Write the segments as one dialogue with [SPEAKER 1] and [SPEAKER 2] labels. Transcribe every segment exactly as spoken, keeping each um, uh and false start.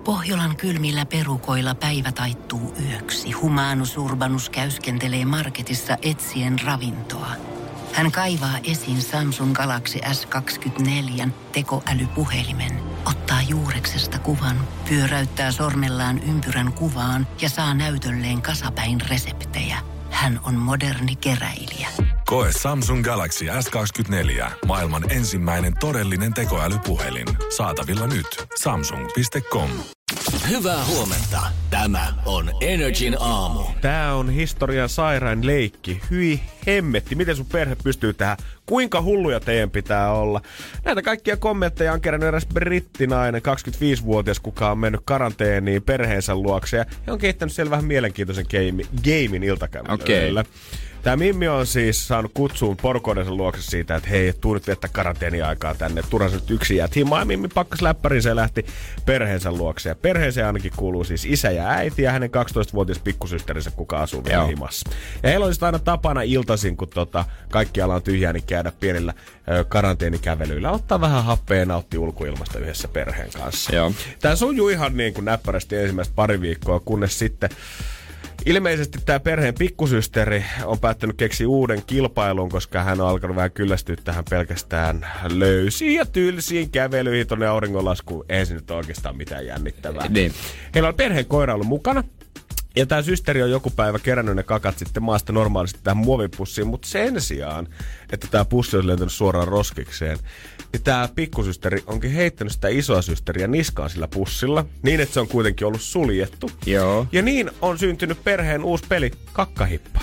[SPEAKER 1] Pohjolan kylmillä perukoilla päivä taittuu yöksi. Humanus Urbanus käyskentelee marketissa etsien ravintoa. Hän kaivaa esiin Samsung Galaxy S kaksikymmentäneljä tekoälypuhelimen, ottaa juureksesta kuvan, pyöräyttää sormellaan ympyrän kuvaan ja saa näytölleen kasapäin reseptejä. Hän on moderni keräilijä.
[SPEAKER 2] Koe Samsung Galaxy S kaksikymmentäneljä. Maailman ensimmäinen todellinen tekoälypuhelin. Saatavilla nyt. samsung piste com.
[SPEAKER 3] Hyvää huomenta. Tämä on Energin aamu.
[SPEAKER 4] Tää on historian sairain leikki. Hyi hemmetti, miten sun perhe pystyy tähän? Kuinka hulluja teidän pitää olla? Näitä kaikkia kommentteja on kerännyt eräs brittinainen, kaksikymmentäviisivuotias, kuka on mennyt karanteeniin perheensä luokse. Ja he on kehittänyt siellä vähän mielenkiintoisen game, gamein iltakävelyllä. Okay. Tämä Mimmi on siis saanut kutsuun porukoidensa luokse siitä, että hei, tuu nyt viettää karanteeni-aikaa tänne. Turha nyt yksin jäät himaan. Mimmi pakkas läppärin, se lähti perheensä luokse. Ja perheeseen ainakin kuuluu siis isä ja äiti ja hänen kaksitoistavuotias pikkusysterinsä, kuka asuu vielä himassa. Ja heillä on siis aina tapana iltaisin, kun tota, kaikkialla on tyhjää, niin käydä pienillä ö, karanteenikävelyillä. Ottaa vähän happea ja nautti ulkoilmasta yhdessä perheen kanssa. Joo. Tämä sujuu ihan niin kuin näppärästi ensimmäistä pari viikkoa, kunnes sitten ilmeisesti tämä perheen pikkusysteri on päättänyt keksiä uuden kilpailun, koska hän on alkanut vähän kyllästyä tähän pelkästään löysiin ja tylsiin kävelyihin tonne auringonlaskuun. Ei se nyt oikeastaan mitään jännittävää. Niin. Heillä on perheen koira ollut mukana. Ja tämä systeri on joku päivä kerännyt ne kakat sitten maasta normaalisti tähän muovipussiin, mutta sen sijaan, että tämä pussi olisi lentänyt suoraan roskikseen, niin tämä pikkusysteri onkin heittänyt sitä isoa systeriä niskaan sillä pussilla, niin että se on kuitenkin ollut suljettu. Joo. Ja niin on syntynyt perheen uusi peli, Kakkahippaa.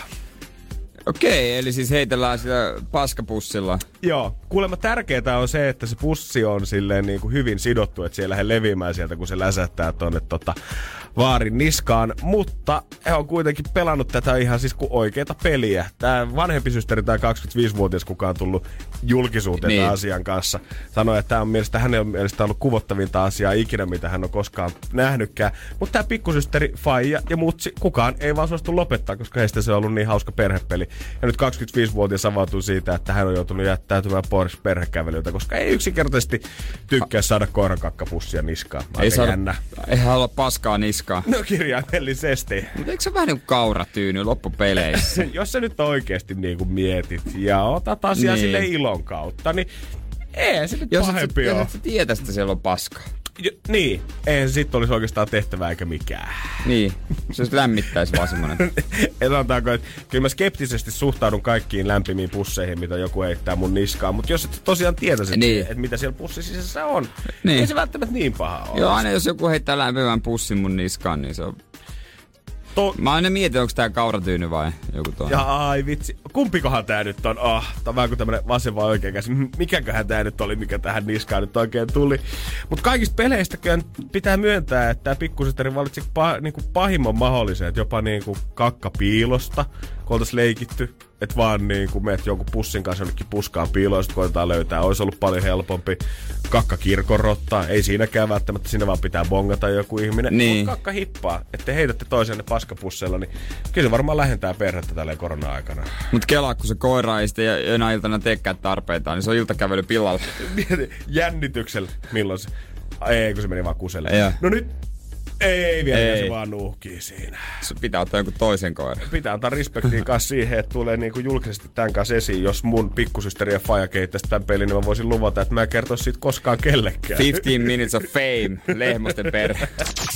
[SPEAKER 5] Okei, eli siis heitellään sitä paskapussilla.
[SPEAKER 4] Joo. Kuulemma tärkeää on se, että se pussi on silleen niin kuin hyvin sidottu, että siellä lähde leviämään sieltä, kun se läsähtää tonne tota vaarin niskaan. Mutta he on kuitenkin pelannut tätä ihan siis kuin oikeita peliä. Tää vanhempi systeri, tää kaksikymmentäviisivuotias, kuka on tullut julkisuuteen niin. asian kanssa, sanoi, että tää on mielestä, hänen on mielestä ollut kuvottavinta asiaa ikinä, mitä hän on koskaan nähnytkään. Mutta tää pikkusysteri, faija ja mutsi, kukaan ei vaan suostu lopettaa, koska heistä se on ollut niin hauska perhepeli. Ja nyt kaksikymmentäviisivuotias avautuu siitä, että hän on joutunut jättäytymään pois perhekävelyltä, koska ei yksinkertaisesti tykkää saada koirankakkapussia niskaan.
[SPEAKER 5] Ei saada, ei halua paskaa niskaan.
[SPEAKER 4] No kirjaimellisesti.
[SPEAKER 5] Mutta eikö se vähän niin kuin kauratyyny loppupeleissä?
[SPEAKER 4] Jos sä nyt oikeesti niin kuin mietit ja otat asiaa niin. sille ilon kautta, niin ei se nyt jos pahempi ole.
[SPEAKER 5] Jos et sä tietäisi, että siellä on paskaa.
[SPEAKER 4] Jo, niin, eihän se sitten olisi oikeastaan tehtävää eikä mikään.
[SPEAKER 5] Niin, se lämmittäisi vaan semmonen.
[SPEAKER 4] Sanotaanko, että kyllä mä skeptisesti suhtaudun kaikkiin lämpimiin pusseihin, mitä joku heittää mun niskaan. Mutta jos et tosiaan tietäisi, niin. että mitä siellä pussin sisässä on, niin. ei se välttämättä niin paha ole.
[SPEAKER 5] Joo, aina jos joku heittää lämpimän pussin mun niskaan, niin se on... To- Mä aina mietin, onko tää kauratyyny vai joku tuo.
[SPEAKER 4] Ja ai vitsi. Kumpikohan tää nyt on? Ah, tää on vähän kuin tämmönen vasen vai oikein käsi. Mikäköhän tää nyt oli, mikä tähän niskaan nyt oikein tuli. Mut kaikista peleistä pitää myöntää, että tää pikkusysteri valitsi pah- niinku pahimman mahdollisen. Jopa niinku kakkapiilosta, kun oltais leikitty. Et vaan niinku meet jonkun pussin kanssa jonnekin puskaan piiloon, sit koetaan löytää. Ois ollut paljon helpompi. Kakkakirkonrottaa. Ei siinäkään välttämättä, siinä vaan pitää bongata joku ihminen.
[SPEAKER 5] Niin.
[SPEAKER 4] Mut kakkahippaa, että heitätte toisenne paskapusseilla, niin kyllä se varmaan lähentää perhettä tälleen korona-aikana.
[SPEAKER 5] Mut kelaa, kun se koira ei sitten jonain iltana teekään tarpeitaan, niin se on iltakävely pillalla.
[SPEAKER 4] Jännityksellä. Milloin se? Ei, kun se meni vaan kuselle. No nyt ei vielä, ei. Se vaan nuuhkii siinä.
[SPEAKER 5] Se pitää ottaa jonkun toisen koiran.
[SPEAKER 4] Pitää antaa respektiin kanssa siihen, että tulee niinku julkisesti tämän kanssa esiin. Jos mun pikkusysteri ja faija kehittäisi tämän pelin, niin mä voisin luvata, että mä en kertoisi siitä koskaan kellekään.
[SPEAKER 5] fifteen minutes of fame, Lehmosten perhe.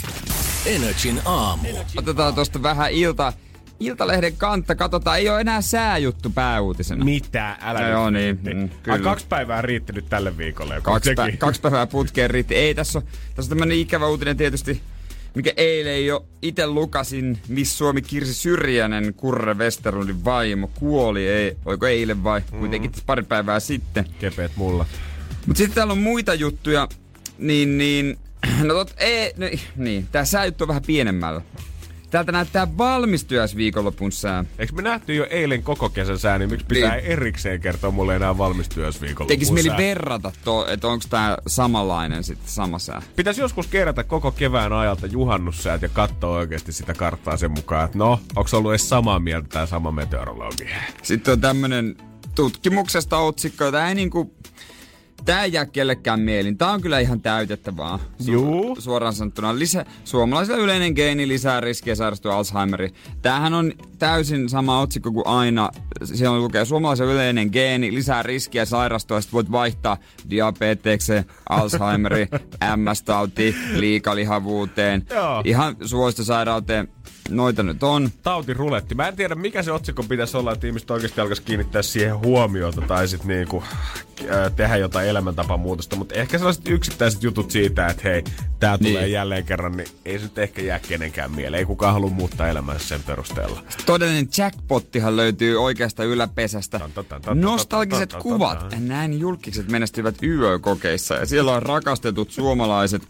[SPEAKER 3] Energin aamu.
[SPEAKER 5] Otetaan tosta vähän ilta... Iltalehden kantta, katsotaan, ei ole enää sääjuttu pääuutisena.
[SPEAKER 4] Mitä? Älä
[SPEAKER 5] no, joo, niin, mm,
[SPEAKER 4] kyllä. Ai, kaksi päivää riitti nyt tälle viikolle.
[SPEAKER 5] Kaksi, pä- kaksi päivää putkeen riitti. Ei, tässä on, tässä on tämmönen ikävä uutinen tietysti, mikä eilen jo itse lukasin. Miss Suomi Kirsi Syrjänen, Kurre Westerlundin vaimo, kuoli. Ei, oliko eilen vai? Mm. Kuitenkin pari päivää sitten.
[SPEAKER 4] Kepeet mulla.
[SPEAKER 5] Mut sitten täällä on muita juttuja. Niin, niin... No tot, ei, no, niin. Tää sääjuttu on vähän pienemmällä. Täältä näyttää valmistyösviikonlopun sää.
[SPEAKER 4] Eikö me nähty jo eilen koko kesän sää, niin miksi pitää niin. erikseen kertoa mulle enää valmistyösviikonlopun
[SPEAKER 5] Tekis
[SPEAKER 4] sää?
[SPEAKER 5] mieli verrata, to, että onko tää samanlainen sitten, sama sää.
[SPEAKER 4] Pitäisi joskus kerätä koko kevään ajalta juhannussäät ja katsoa oikeasti sitä karttaa sen mukaan, että no, onko ollut edes samaa mieltä tää sama meteorologi?
[SPEAKER 5] Sitten on tämmönen tutkimuksesta otsikko, jota ei niinku... Tää ei jää kellekään mielin. Tää on kyllä ihan täytettävää. Su-
[SPEAKER 4] Juu.
[SPEAKER 5] Suoraan sanottuna. Lisä, suomalaisilla yleinen geeni lisää riskiä sairastua Alzheimeriin. Tämähän on täysin sama otsikko kuin aina. Siellä lukee suomalaisilla yleinen geeni lisää riskiä sairastua. Sitten voit vaihtaa diabetekseen, Alzheimeriin, M S-tautiin, liikalihavuuteen.
[SPEAKER 4] Joo.
[SPEAKER 5] Ihan suolistosairauteen. Noita nyt on.
[SPEAKER 4] Tautiruletti. Mä en tiedä, mikä se otsikko pitäisi olla, että ihmiset oikeasti alkaisi kiinnittää siihen huomiota tai sitten niinku, äh, tehdä jotain elämäntapamuutosta. Mutta ehkä sellaiset yksittäiset jutut siitä, että hei, tää tulee niin. jälleen kerran, niin ei se nyt ehkä jää kenenkään mieleen. Ei kukaan halua muuttaa elämänsä sen perusteella.
[SPEAKER 5] Todellinen jackpottihan löytyy oikeasta yläpesästä. Nostalgiset kuvat. Näin julkiset menestyvät Y Ö-kokeissa. Ja siellä on rakastetut suomalaiset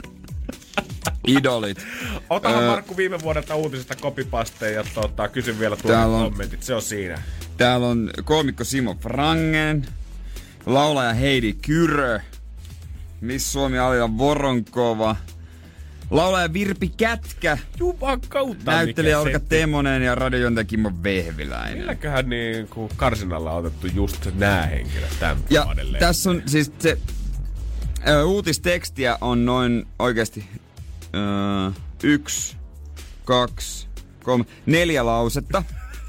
[SPEAKER 5] idolit.
[SPEAKER 4] Otahan öö, Markku viime vuodelta uutisesta copypasteen ja tota, kysyn vielä tuon kommentit. Se on siinä.
[SPEAKER 5] Täällä on koomikko Simo Frangen, laulaja Heidi Kyrö, Miss Suomi Alila Voronkova, laulaja Virpi Kätkä,
[SPEAKER 4] Jumakauta,
[SPEAKER 5] näyttelijä Olga Temonen ja radiojuontaja Kimmo Vehviläinen.
[SPEAKER 4] Milläköhän niin kuin karsinalla on otettu just nää henkilöt tämän
[SPEAKER 5] ja
[SPEAKER 4] vuoden
[SPEAKER 5] tässä on siis se ö, uutistekstiä on noin oikeasti Öö, yksi, kaksi, kolme, neljä lausetta.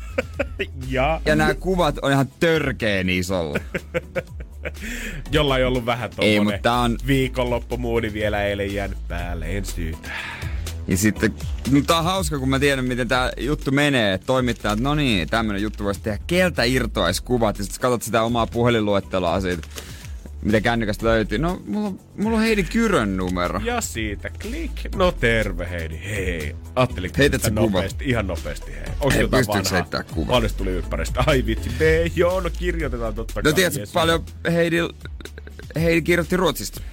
[SPEAKER 4] ja
[SPEAKER 5] ja nämä kuvat on ihan törkeen isolla.
[SPEAKER 4] Jolla ei ollut vähän tommonen
[SPEAKER 5] ei, mutta on
[SPEAKER 4] viikonloppumuudi vielä eilen jäänyt päälle, en syytä.
[SPEAKER 5] Ja sitten, no tää on hauska, kun mä tiedän, miten tää juttu menee. Toimittajat, no niin, tämmönen juttu voisi tehdä. Keltä irtoaiskuvat? Ja sitten katsot sitä omaa puhelinluetteloa siitä, mitä kännykästä löytyy. No, mulla, mulla on Heidi Kyrön numero.
[SPEAKER 4] Ja siitä klik. No terve Heidi, hei. Ajattelinko
[SPEAKER 5] heität se
[SPEAKER 4] nopeasti, ihan nopeasti, hei. Onko
[SPEAKER 5] ei,
[SPEAKER 4] jotain
[SPEAKER 5] vanhaa? Heittää kuva?
[SPEAKER 4] Paljon tuli ympäristä. Ai vitsi, B, joo, no kirjoitetaan totta kai.
[SPEAKER 5] No tiedätkö yes, paljon Heidi, Heidi kirjoitti Ruotsista?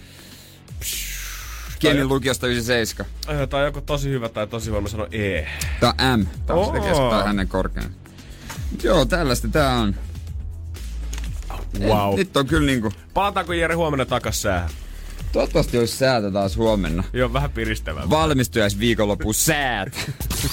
[SPEAKER 5] Kielin lukiosta yhdeksänkymmentäseitsemän.
[SPEAKER 4] Tai joku tosi hyvä tai tosi hyvä, mä sanon E.
[SPEAKER 5] Tää on M. Tää on sitä kestää hänen korkean. Joo, tällaista tää on.
[SPEAKER 4] Wow.
[SPEAKER 5] Nyt on kyllä niinku...
[SPEAKER 4] Palataanko Jere huomenna takas säähän?
[SPEAKER 5] Toivottavasti olisi säätä taas huomenna.
[SPEAKER 4] Joo, vähän piristävää.
[SPEAKER 5] Valmistujaisi viikonloppuun säät.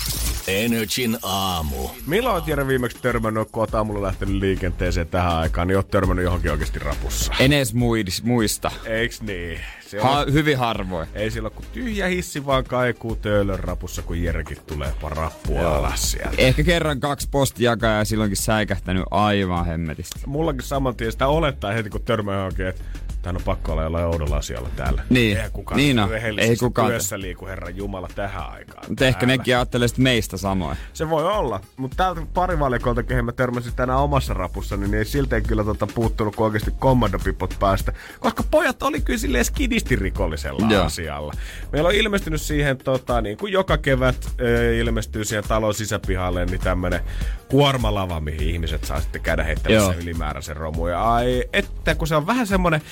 [SPEAKER 3] Energin aamu.
[SPEAKER 4] Milloin olet Jere viimeksi törmännyt, kun olet aamulla lähtenyt liikenteeseen tähän aikaan, niin olet törmännyt johonkin oikeasti rapussa?
[SPEAKER 5] En edes muista.
[SPEAKER 4] Eiks niin? Se
[SPEAKER 5] ha-
[SPEAKER 4] on...
[SPEAKER 5] Hyvin harvoin.
[SPEAKER 4] Ei silloin kun tyhjä hissi vaan kaikuu töölön rapussa, kun Jerekin tulee rappua Joo. alas sieltä.
[SPEAKER 5] Ehkä kerran kaksi postijakaa ja silloinkin säikähtänyt aivan hemmetistä.
[SPEAKER 4] Mullakin saman tien sitä olettaa heti, kun törmää johonkin, että tän on pakko olla jollain oudolla asialla täällä.
[SPEAKER 5] Niin,
[SPEAKER 4] Eihän kukaan
[SPEAKER 5] niin no. Ei kukaan
[SPEAKER 4] työssä liiku, Herran Jumala, tähän aikaan.
[SPEAKER 5] Mutta ehkä nekin ajattelee meistä samoin.
[SPEAKER 4] Se voi olla, mutta täältä parivalikolta, kehen mä törmäsin tänään omassa rapussani, niin ei silteen kyllä tota puuttunut kuin oikeasti kommandopipot päästä. Koska pojat oli kyllä silleen skidisti rikollisella Joo. asialla. Meillä on ilmestynyt siihen, tota, niin kuin joka kevät äh, ilmestyy siihen talon sisäpihalle, niin tämmönen kuormalava, mihin ihmiset saa sitten käydä heittämässä ylimääräisen romuun. Ja ai, että kun se on vähän semmonen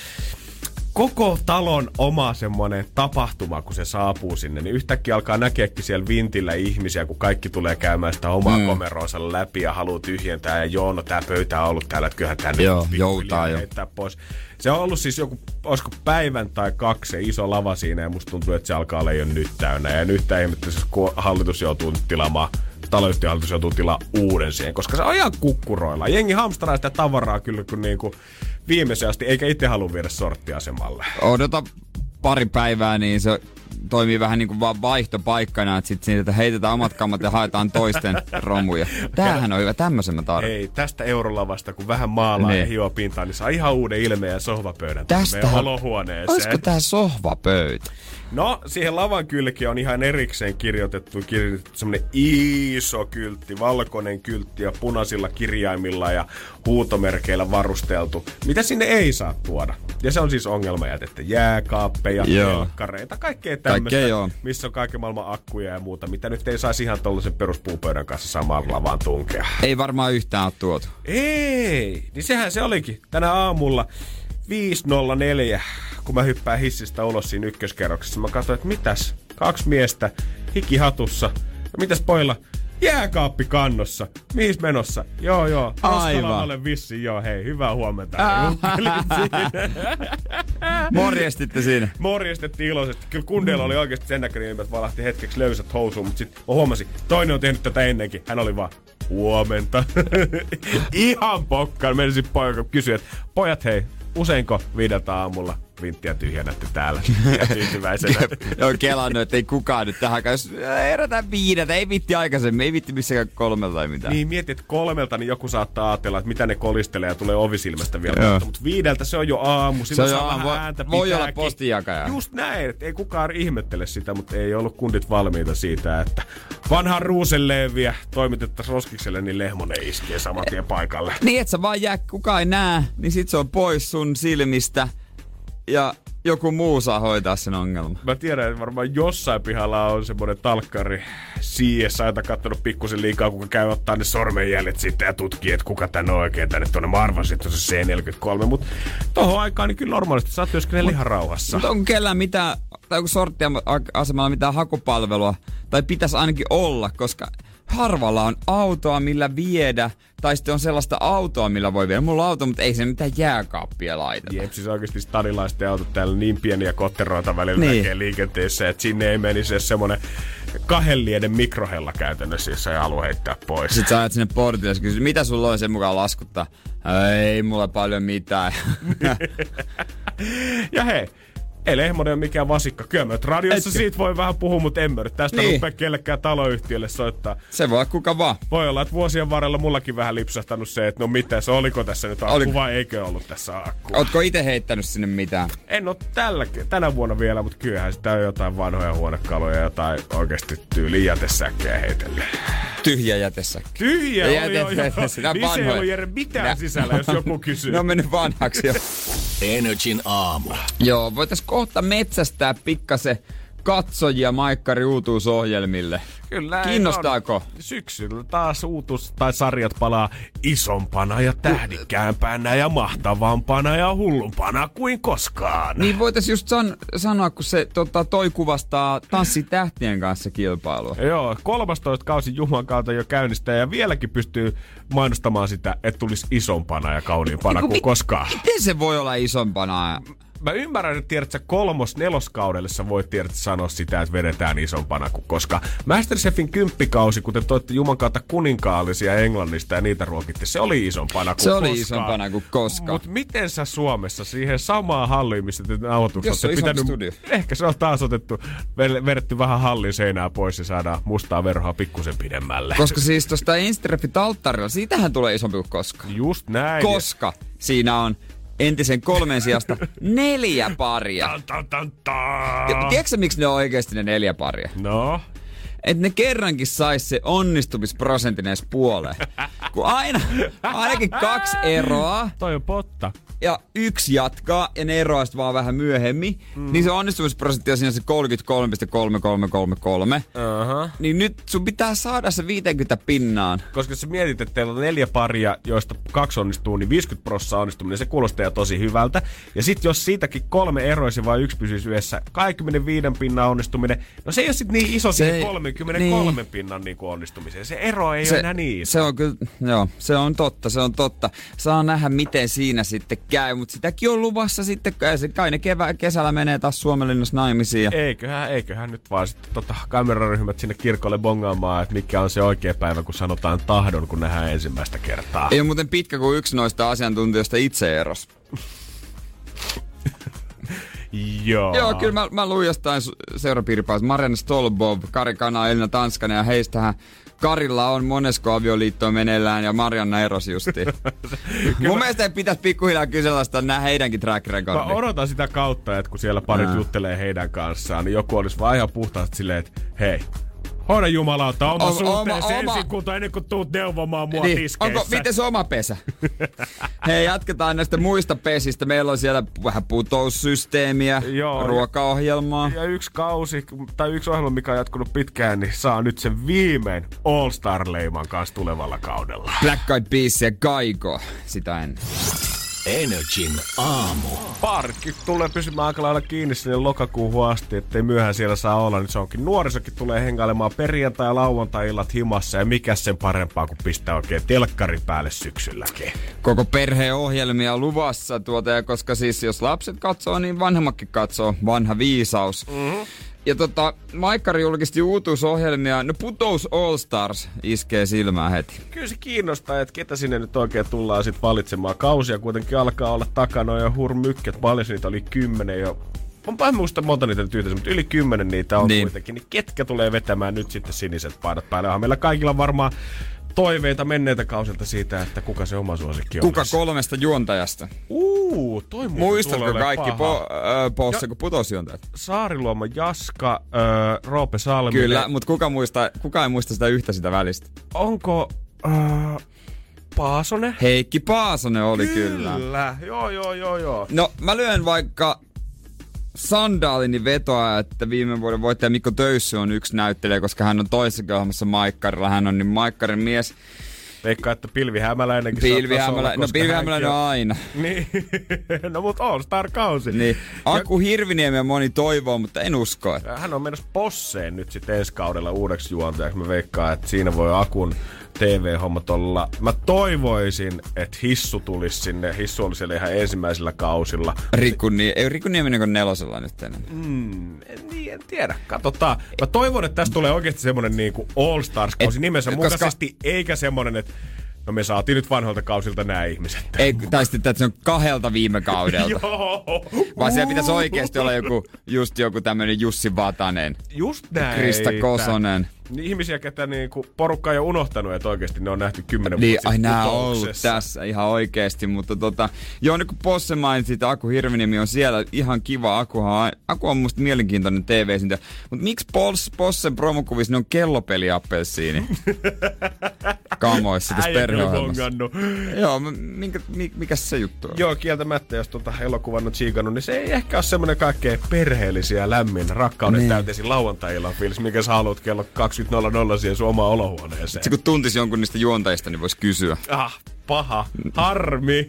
[SPEAKER 4] koko talon oma semmoinen tapahtuma, kun se saapuu sinne, niin yhtäkkiä alkaa näkeäkin siellä vintillä ihmisiä, kun kaikki tulee käymään sitä omaa mm. komeroonsa läpi ja haluaa tyhjentää. Ja joo, no tää pöytä on ollut täällä, että kyllähän tänne
[SPEAKER 5] joo, joutaa jo.
[SPEAKER 4] heittää pois. Se on ollut siis joku, olisiko päivän tai kaksi se iso lava siinä, ja musta tuntuu, että se alkaa olla jo nyt täynnä. Ja nyt tämä ihmettä, kun hallitus joutuu nyt tilaamaan, taloyhtiöhallitus joutuu tilaamaan uuden siihen, koska se on ihan kukkuroilla. Jengi hamstaraa sitä tavaraa kyllä, kun niinku viimeisen asti, eikä itse halua viedä sorttiasemalle.
[SPEAKER 5] Odota pari päivää, niin se toimii vähän niin kuin vaan vaihtopaikkana, että sit siitä heitetään omat kammat ja haetaan toisten romuja. Tämähän on hyvä, tämmöisen mä tarvitsen.
[SPEAKER 4] Ei, tästä eurolavasta, kun vähän maalaa ne. ja hioo pintaan, niin saa ihan uuden ilmeen ja sohvapöydän
[SPEAKER 5] meidän
[SPEAKER 4] olohuoneeseen.
[SPEAKER 5] Olisiko tää sohvapöytä?
[SPEAKER 4] No, siihen lavan kylki on ihan erikseen kirjoitettu, kirjoitettu semmonen iso kyltti, valkoinen kyltti ja punaisilla kirjaimilla ja huutomerkeillä varusteltu. Mitä sinne ei saa tuoda? Ja se on siis ongelmajätettä, jääkaappeja, telkkareita, kaikkea tämmöistä, missä on kaiken maailman akkuja ja muuta, mitä nyt ei saisi ihan tollasen peruspuupöydän kanssa samaan lavaan tunkea.
[SPEAKER 5] Ei varmaan yhtään ole tuotu.
[SPEAKER 4] Ei, niin sehän se olikin tänä aamulla viisi nolla neljä, kun mä hyppään hissistä ulos siinä ykköskerroksessa. Mä katsoin, että mitäs, kaksi miestä, hikihatussa, ja mitäs pojilla? Jääkaappi kannossa. Mihin menossa? Joo, joo. Aivan. Vissiin, joo, hei, hyvää huomenta.
[SPEAKER 5] Morjestitte siinä.
[SPEAKER 4] Morjestettiin iloisesti. Kyllä kundeilla oli oikeasti sen näköinen, että valahti hetkeksi löysät housuun, mutta sitten mä huomasin, toinen on tehnyt tätä ennenkin. Hän oli vaan, huomenta. Ihan pokkaan. Menisin poika kysyä, että pojat hei, useinko viideltä aamulla vinttiä tyhjennätte täällä ja tyytyväisenä?
[SPEAKER 5] Joo, kelannut, että ei kukaan nyt tähän. Jos herätään viideltä, ei vitti aikaisemmin, ei vitti missäkään kolmelta tai mitään.
[SPEAKER 4] Niin, mietit, että kolmelta niin joku saattaa ajatella, että mitä ne kolistelee ja tulee ovisilmästä vielä. Mutta viideltä se on jo aamu, silloin saa vähän ääntä pitääkin.
[SPEAKER 5] Voi olla postinjakaja.
[SPEAKER 4] Just näin, että ei kukaan ihmettele sitä, mutta ei ollut kundit valmiita siitä, että vanhan ruusenleeviä toimitettaisiin roskikselle, niin Lehmonen iskee saman tien paikalle.
[SPEAKER 5] Niin, että sä vaan jää, kukaan ei näe, niin sit se on pois sun silmistä. Ja joku muu saa hoitaa sen ongelman.
[SPEAKER 4] Mä tiedän, että varmaan jossain pihalla on semmoinen talkkari C S I, jota kattonut pikkusen liikaa, kuka käy ottaa ne sormenjäljet sitten ja tutkii, että kuka tän on oikein tänne tuonne. Mä arvasin, että on se C neljäkymmentäkolme, mutta tohon aikaan niin kyllä normaalisti saa työskennellä ihan rauhassa. Mutta
[SPEAKER 5] onko kellään mitään, tai onko sorttiasemalla mitään hakupalvelua, tai pitäisi ainakin olla, koska harvalla on autoa, millä viedä, tai sitten on sellaista autoa, millä voi viedä. Mulla on auto, mutta ei se mitään jääkaappia laiteta.
[SPEAKER 4] Jep, siis oikeasti stadilaisten autot täällä niin pieniä kotteroita välillä
[SPEAKER 5] niin
[SPEAKER 4] näkee liikenteessä, että sinne ei menisi edes semmonen kahden lieden mikrohella käytännössä, jos ei halua heittää pois.
[SPEAKER 5] Sitten sä ajat sinne portille ja kysyt, mitä sulla on sen mukaan laskuttaa? Ei mulla paljon mitään.
[SPEAKER 4] Ja hei, ei Lehmonen ole mikään vasikka. Kyllä mä radiossa Etkö? Siitä voi vähän puhua, mutta en mä nyt tästä niin rupea kellekään taloyhtiölle soittaa.
[SPEAKER 5] Se voi olla kuka vaan.
[SPEAKER 4] Voi olla, että vuosien varrella mullakin vähän lipsahtanut se, että no mitä se, oliko tässä nyt akku Oliko? vai eikö ollut tässä akku.
[SPEAKER 5] Ootko itse heittänyt sinne mitään?
[SPEAKER 4] En oo tällä, tänä vuonna vielä, mutta kyllähän sitä on jotain vanhoja huonekaluja ja jotain oikeasti tyyliin jätesäkkejä heitelle.
[SPEAKER 5] Tyhjä jätesäkki.
[SPEAKER 4] Tyhjä
[SPEAKER 5] ja
[SPEAKER 4] oli jo, jo. Niin se ei ollut Jere mitään Nä. sisällä, jos joku kysyy.
[SPEAKER 5] Ne on mennyt vanhaksi jo.
[SPEAKER 3] Energin aamu.
[SPEAKER 5] Joo, voitais kohta metsästää pikkasen katsojia Maikkari uutuusohjelmille.
[SPEAKER 4] Kyllä.
[SPEAKER 5] Kiinnostaako?
[SPEAKER 4] Syksyllä taas uutuus tai sarjat palaa isompana ja tähdikkäämpänä ja mahtavampana ja hullumpana kuin koskaan.
[SPEAKER 5] Niin voitais just san- sanoa, kun se tota, toi kuvastaa Tanssitähtien kanssa kilpailua.
[SPEAKER 4] Joo, kolmastoista kausi Juman kautta jo käynnistää ja vieläkin pystyy mainostamaan sitä, että tulisi isompana ja kauniimpana kuin mi- koskaan.
[SPEAKER 5] Miten se voi olla isompana?
[SPEAKER 4] Mä ymmärrän, että tiedät sä kolmos neloskaudelle sä voit tiedät sanoa sitä, että vedetään isompana kuin koska. Masterchefin kymppikausi, kuten toitte Juman kautta kuninkaallisia Englannista ja niitä ruokitte, se oli isompana kuin
[SPEAKER 5] se
[SPEAKER 4] koskaan.
[SPEAKER 5] Se oli isompana kuin koskaan.
[SPEAKER 4] Mut miten sä Suomessa siihen samaan halliin, missä te nauhoitukset olette pitänyt...
[SPEAKER 5] Studio.
[SPEAKER 4] Ehkä se on taas otettu, vedetty vähän hallin seinää pois ja saadaan mustaa verhoa pikkusen pidemmälle.
[SPEAKER 5] Koska siis tosta Instrefit alttarilla, siitähän tulee isompi kuin koskaan.
[SPEAKER 4] Just näin.
[SPEAKER 5] Koska siinä on entisen kolmen sijasta neljä paria.
[SPEAKER 4] Tan, tan, tan, tan.
[SPEAKER 5] Ja tiedätkö miksi ne on oikeasti ne neljä paria?
[SPEAKER 4] No?
[SPEAKER 5] Että ne kerrankin sais se onnistumisprosentin edes puoleen. Kun aina, ainakin kaksi eroa.
[SPEAKER 4] Toi on potta.
[SPEAKER 5] Ja yksi jatkaa ja ne eroaa vaan vähän myöhemmin. Mm. Niin se onnistumisprosentti on siinä se kolmekymmentäkolme pilkku kolme kolme kolme kolme.
[SPEAKER 4] Uh-huh.
[SPEAKER 5] Niin nyt sun pitää saada se viisikymmentä pinnaan.
[SPEAKER 4] Koska jos sä mietit, että teillä on neljä paria, joista kaksi onnistuu, niin viisikymmentä prosenttia onnistuminen, se kuulostaa jo tosi hyvältä. Ja sit jos siitäkin kolme eroisi vai yksi pysyisi yhdessä, kaksikymmentäviisi pinnan onnistuminen, no se ei ole sit niin iso siihen kolmekymmentäkolme niin pinnan niin kuin onnistumiseen. Se ero ei se, ole enää niin iso.
[SPEAKER 5] Se on kyllä, joo, se on totta, se on totta. Saa nähdä, miten siinä sitten käy, mutta sitäkin on luvassa sitten, kai ne kevä, kesällä menee taas Suomenlinnassa naimisiin. Ja...
[SPEAKER 4] Eiköhän, eiköhän nyt vaan sitten tota, kameraryhmät sinne kirkolle bongaamaan, että mikä on se oikea päivä, kun sanotaan tahdon, kun nähdään ensimmäistä kertaa.
[SPEAKER 5] Ei ole muuten pitkä, kuin yksi noista asiantuntijoista itse eros.
[SPEAKER 4] Joo.
[SPEAKER 5] Joo, kyllä mä, mä luin jostain seurapiiripäivässä. Marianne Stolbov, Kari Kana, Elina Tanskanen ja heistähän Karilla on monesko avioliittoa meneillään ja Marianna erosi justiin. Mun mä... mielestä ei pitäisi pikkuhiljaa kysellä sitä nää heidänkin track recordia.
[SPEAKER 4] Mä odotan sitä kautta, että kun siellä parit Ää. juttelee heidän kanssaan, niin joku olisi vaan ihan puhtaasti silleen, että hei, hoida jumalauta oma, oma suhteen oma, ensin kuntoon ennen kuin tuut neuvomaan mua niin, tiskeissä.
[SPEAKER 5] Onko, miten se oma pesä? Hei, jatketaan näistä muista pesistä. Meillä on siellä vähän putoussysteemiä, joo, ruokaohjelmaa.
[SPEAKER 4] Ja, ja yksi kausi, tai yksi ohjelma, mikä on jatkunut pitkään, niin saa nyt sen viimein All Star-leiman kanssa tulevalla kaudella.
[SPEAKER 5] Black Eyed Peas ja Kaiko, sitä ennen.
[SPEAKER 3] Energin aamu.
[SPEAKER 4] Parkki tulee pysymään aika lailla kiinni sinne lokakuuhun asti, ettei myöhään siellä saa olla. Nyt se onkin nuorisokin tulee hengailemaan perjantai- ja lauantai-illat himassa. Ja mikä sen parempaa kuin pistää oikein telkkari päälle syksylläkin.
[SPEAKER 5] Koko perheen ohjelmia luvassa tuota, ja koska siis jos lapset katsoo, niin vanhemmatkin katsoo. Vanha viisaus. Mm-hmm. Ja tota, Maikkari julkisti uutuusohjelmia. No Putous All Stars iskee silmään heti.
[SPEAKER 4] Kyllä se kiinnostaa, että ketä sinne nyt oikein tullaan sit valitsemaan. Kausia kuitenkin alkaa olla takana ja hurmykkät. Paljon niitä oli kymmenen jo. Onpa en muista monta niitä nyt yhteensä, mutta yli kymmenen niitä on niin. kuitenkin. Niin ketkä tulee vetämään nyt sitten siniset paidat päälle? Onhan meillä kaikilla varmaan toiveita menneitä kausilta siitä, että kuka se oma suosikki on.
[SPEAKER 5] Kuka kolmesta juontajasta?
[SPEAKER 4] Uuu, toi
[SPEAKER 5] muistatko kaikki po, äh, posse, kun putosjuontajat?
[SPEAKER 4] Saariluoma, Jaska, äh, Roope Salminen.
[SPEAKER 5] Kyllä, mutta kuka, muista, kuka ei muista sitä yhtä sitä välistä?
[SPEAKER 4] Onko äh, Paasonen?
[SPEAKER 5] Heikki Paasonen oli kyllä.
[SPEAKER 4] Kyllä, joo joo joo joo.
[SPEAKER 5] No mä lyön vaikka Sandaalini vetoa, että viime vuoden voittaja Mikko Töyssy on yksi näyttelijä, koska hän on toisessakin ohjelmassa Maikkarilla. Hän on niin Maikkarin mies.
[SPEAKER 4] Veikkaa, että Pilvi Hämäläinenkin
[SPEAKER 5] Pilvi
[SPEAKER 4] saattaa
[SPEAKER 5] Hämälä...
[SPEAKER 4] olla,
[SPEAKER 5] No Pilvi Hämäläinen on aina.
[SPEAKER 4] Niin, no mut All Star-kausi.
[SPEAKER 5] Niin. Aku Hirviniemi moni toivoo, mutta en usko.
[SPEAKER 4] Hän on menossa Posseen nyt sitten ensi kaudella uudeksi juontajaksi. Mä veikkaan, että siinä voi Akun T V-hommat olla. Mä toivoisin, että Hissu tulisi sinne. Hissu oli siellä ihan ensimmäisillä kausilla.
[SPEAKER 5] Riku, nie- ei Riku Nieminen kuin nelosella nyt enää.
[SPEAKER 4] Mm, en, en tiedä. Katsotaan. Mä toivon, että tästä tulee oikeasti semmonen niinku All Stars-kausi nimensä mukaisesti, koska... eikä semmonen, että no me saatiin nyt vanhoilta kausilta nämä ihmiset.
[SPEAKER 5] Ei, tai sitten, että se on kahdelta viime kaudelta.
[SPEAKER 4] Joo.
[SPEAKER 5] Vaan siellä pitäisi oikeasti olla joku, just joku tämmönen Jussi Vatanen.
[SPEAKER 4] Just näin.
[SPEAKER 5] Krista Kosonen.
[SPEAKER 4] Ihmisiä, ketä niinku porukka on jo unohtanut, että oikeesti ne on nähty kymmenen
[SPEAKER 5] niin,
[SPEAKER 4] vuotta
[SPEAKER 5] ai
[SPEAKER 4] sitten
[SPEAKER 5] nää on ollut tässä ihan oikeesti, mutta tota, joo, nyt kun Posse mainitsi, että Aku Hirviniemi on siellä ihan kiva. Akuhan, Aku on musta mielenkiintoinen T V-sintä. Mutta miksi Poss, Possen promokuvissa ne on kellopeliappelsiini? Kamoissa tässä perheohjelmassa. Joo, minkä, mikä se juttu on?
[SPEAKER 4] Joo, kieltämättä, jos tuota elokuvan on tsiikannut, niin se ei ehkä ole semmonen kaikkein perheellisiä ja lämmin rakkauden niin. täyteisin lauantai-illan fiilis, mikä sä haluat kello kaksikymmentä nolla nolla siihen sun omaan olohuoneeseen.
[SPEAKER 5] Se kun tuntisi jonkun niistä juontajista, niin vois kysyä.
[SPEAKER 4] Ah, paha. Harmi.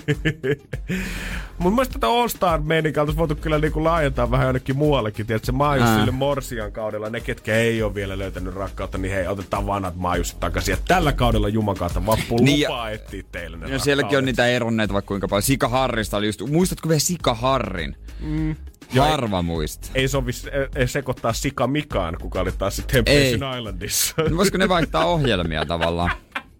[SPEAKER 4] Mun mielestä tätä All Star-meininkaa olisi voitu kyllä niinku laajentaa vähän jonnekin muuallekin. Tiedätkö, Maajusille Morsian kaudella, ne ketkä ei ole vielä löytänyt rakkautta, niin hei, otetaan vanhat Maajusit takaisin. Ja tällä kaudella Jumakautta vappu niin lupaa etsiä teille ne
[SPEAKER 5] ja sielläkin on niitä eronneita vaikka kuinka paljon. Sika Harrista oli just, muistatko vielä Sika Harrin? Mm. Harva ei, muista.
[SPEAKER 4] Ei sovi ei sekoittaa Sika Mikaan, kuka oli taas sitten Temptation Islandissa.
[SPEAKER 5] No, voisiko ne vaihtaa ohjelmia tavallaan?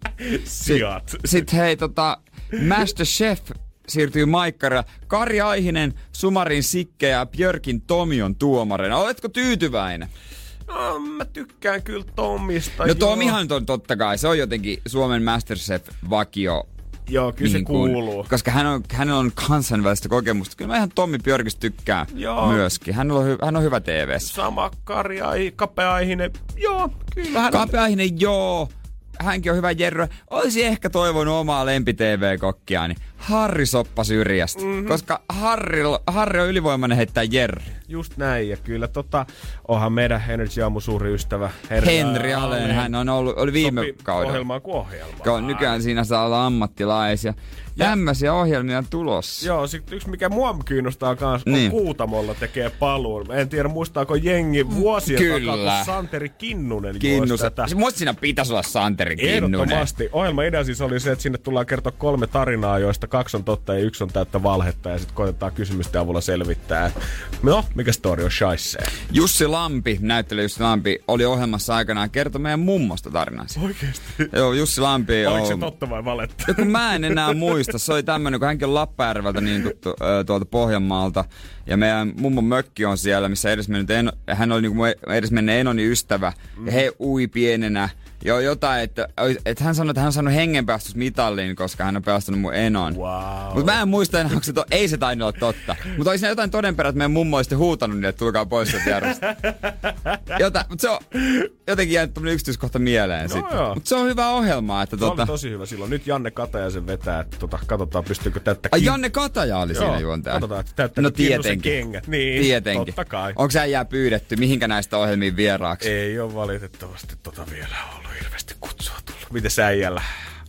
[SPEAKER 4] Sijat.
[SPEAKER 5] Sitten sit, hei tota, MasterChef siirtyy Maikkarilla. Kari Aihinen, Sumarin Sikke ja Björkin Tomi on tuomareina. Oletko tyytyväinen?
[SPEAKER 4] No, mä tykkään kyllä Tomista.
[SPEAKER 5] No Tomihan on totta kai. Se on jotenkin Suomen MasterChef-vakio.
[SPEAKER 4] Joo, kyllä niin se kuuluu.
[SPEAKER 5] Kun, koska hän on, hänellä on kansainvälistä kokemusta. Kyllä mä ihan Tommi Björkistä tykkään Joo. myöskin. Hän on, hän on hyvä T V:ssä.
[SPEAKER 4] Sama Kari Ai, Kapea-Aihinen. Joo, kyllä.
[SPEAKER 5] Kapea-Aihinen, joo. Hänkin on hyvä Jerry. Olisi ehkä toivonut omaa lempi-T V-kokkiaani. Harri Soppa Syrjästä. Mm-hmm. Koska Harri, Harri on ylivoimainen heittää Jerry.
[SPEAKER 4] Just näin. Ja kyllä tota, onhan meidän Energy Aamu suuri ystävä
[SPEAKER 5] Henri, Henri Alén. Hän on ollut, oli viime
[SPEAKER 4] Sopi
[SPEAKER 5] kaudella.
[SPEAKER 4] ohjelmaan kuin ohjelmaan.
[SPEAKER 5] Nykyään siinä saa olla ammattilaisia. Tämmöisiä ohjelmia tulossa.
[SPEAKER 4] Joo, sit yksi mikä mua kiinnostaa kans on
[SPEAKER 5] niin.
[SPEAKER 4] Kuutamolla tekee paluun. En tiedä muistaako jengi vuosien
[SPEAKER 5] Kyllä.
[SPEAKER 4] takaa, kun Santeri Kinnunen
[SPEAKER 5] Kinnus.
[SPEAKER 4] tätä.
[SPEAKER 5] Musta siinä pitäisi olla Santeri Kinnunen.
[SPEAKER 4] Ehdottomasti. Ohjelman idea siis oli se, että sinne tullaan kertoa kolme tarinaa, joista kaksi on totta ja yksi on täyttä valhetta. Ja sitten koitetaan kysymysten avulla selvittää. No, mikä story on shaissee?
[SPEAKER 5] Jussi Lampi, näyttelijä Jussi Lampi, oli ohjelmassa aikanaan kertoi meidän mummosta tarinansa.
[SPEAKER 4] Oikeesti?
[SPEAKER 5] Joo, Jussi Lampi on...
[SPEAKER 4] Oliko se totta vai valetta?
[SPEAKER 5] Ja kun mä en enää muista. Se oli tämmönen, kun hänkin on Lappajärveltä niin kuin tu, tuolta Pohjanmaalta. Ja meidän mummon mökki on siellä, missä edesmennyt eno, hän oli niin kuin edesmenneen enoni ystävä. Mm. Ja he ui pienenä. Joo, jotain, että, että hän sanoi, että hän on saanut hengenpäästysmitallin, koska hän on pelastanut mun enon.
[SPEAKER 4] Wow.
[SPEAKER 5] Mutta mä en muista enää, onko se to, ei se tainnut olla totta. Mutta olisi jotain todenperää, että meidän mummo olisi huutanut niille, että tulkaa pois sieltä järjestä. Jotain, mutta se on jotenkin jäänyt tämmönen yksityiskohta mieleen no sitten. Mutta se on hyvä ohjelma. Että
[SPEAKER 4] se
[SPEAKER 5] tota...
[SPEAKER 4] oli tosi hyvä silloin. Nyt Janne Kataja sen vetää, että tota, katsotaan pystyykö täyttä...
[SPEAKER 5] Ai Janne Kataja oli siinä juontaja.
[SPEAKER 4] Katsotaan, että täyttää
[SPEAKER 5] no tietenkin.
[SPEAKER 4] Kengät. Niin,
[SPEAKER 5] tietenkin.
[SPEAKER 4] Totta kai.
[SPEAKER 5] Onko sä jää pyydetty? Mihinkä näistä ohjelmiin vieraaksi?
[SPEAKER 4] Ei ole valitettavasti tota vielä ollut hirveästi kutsua tullut. Miten sä äijällä?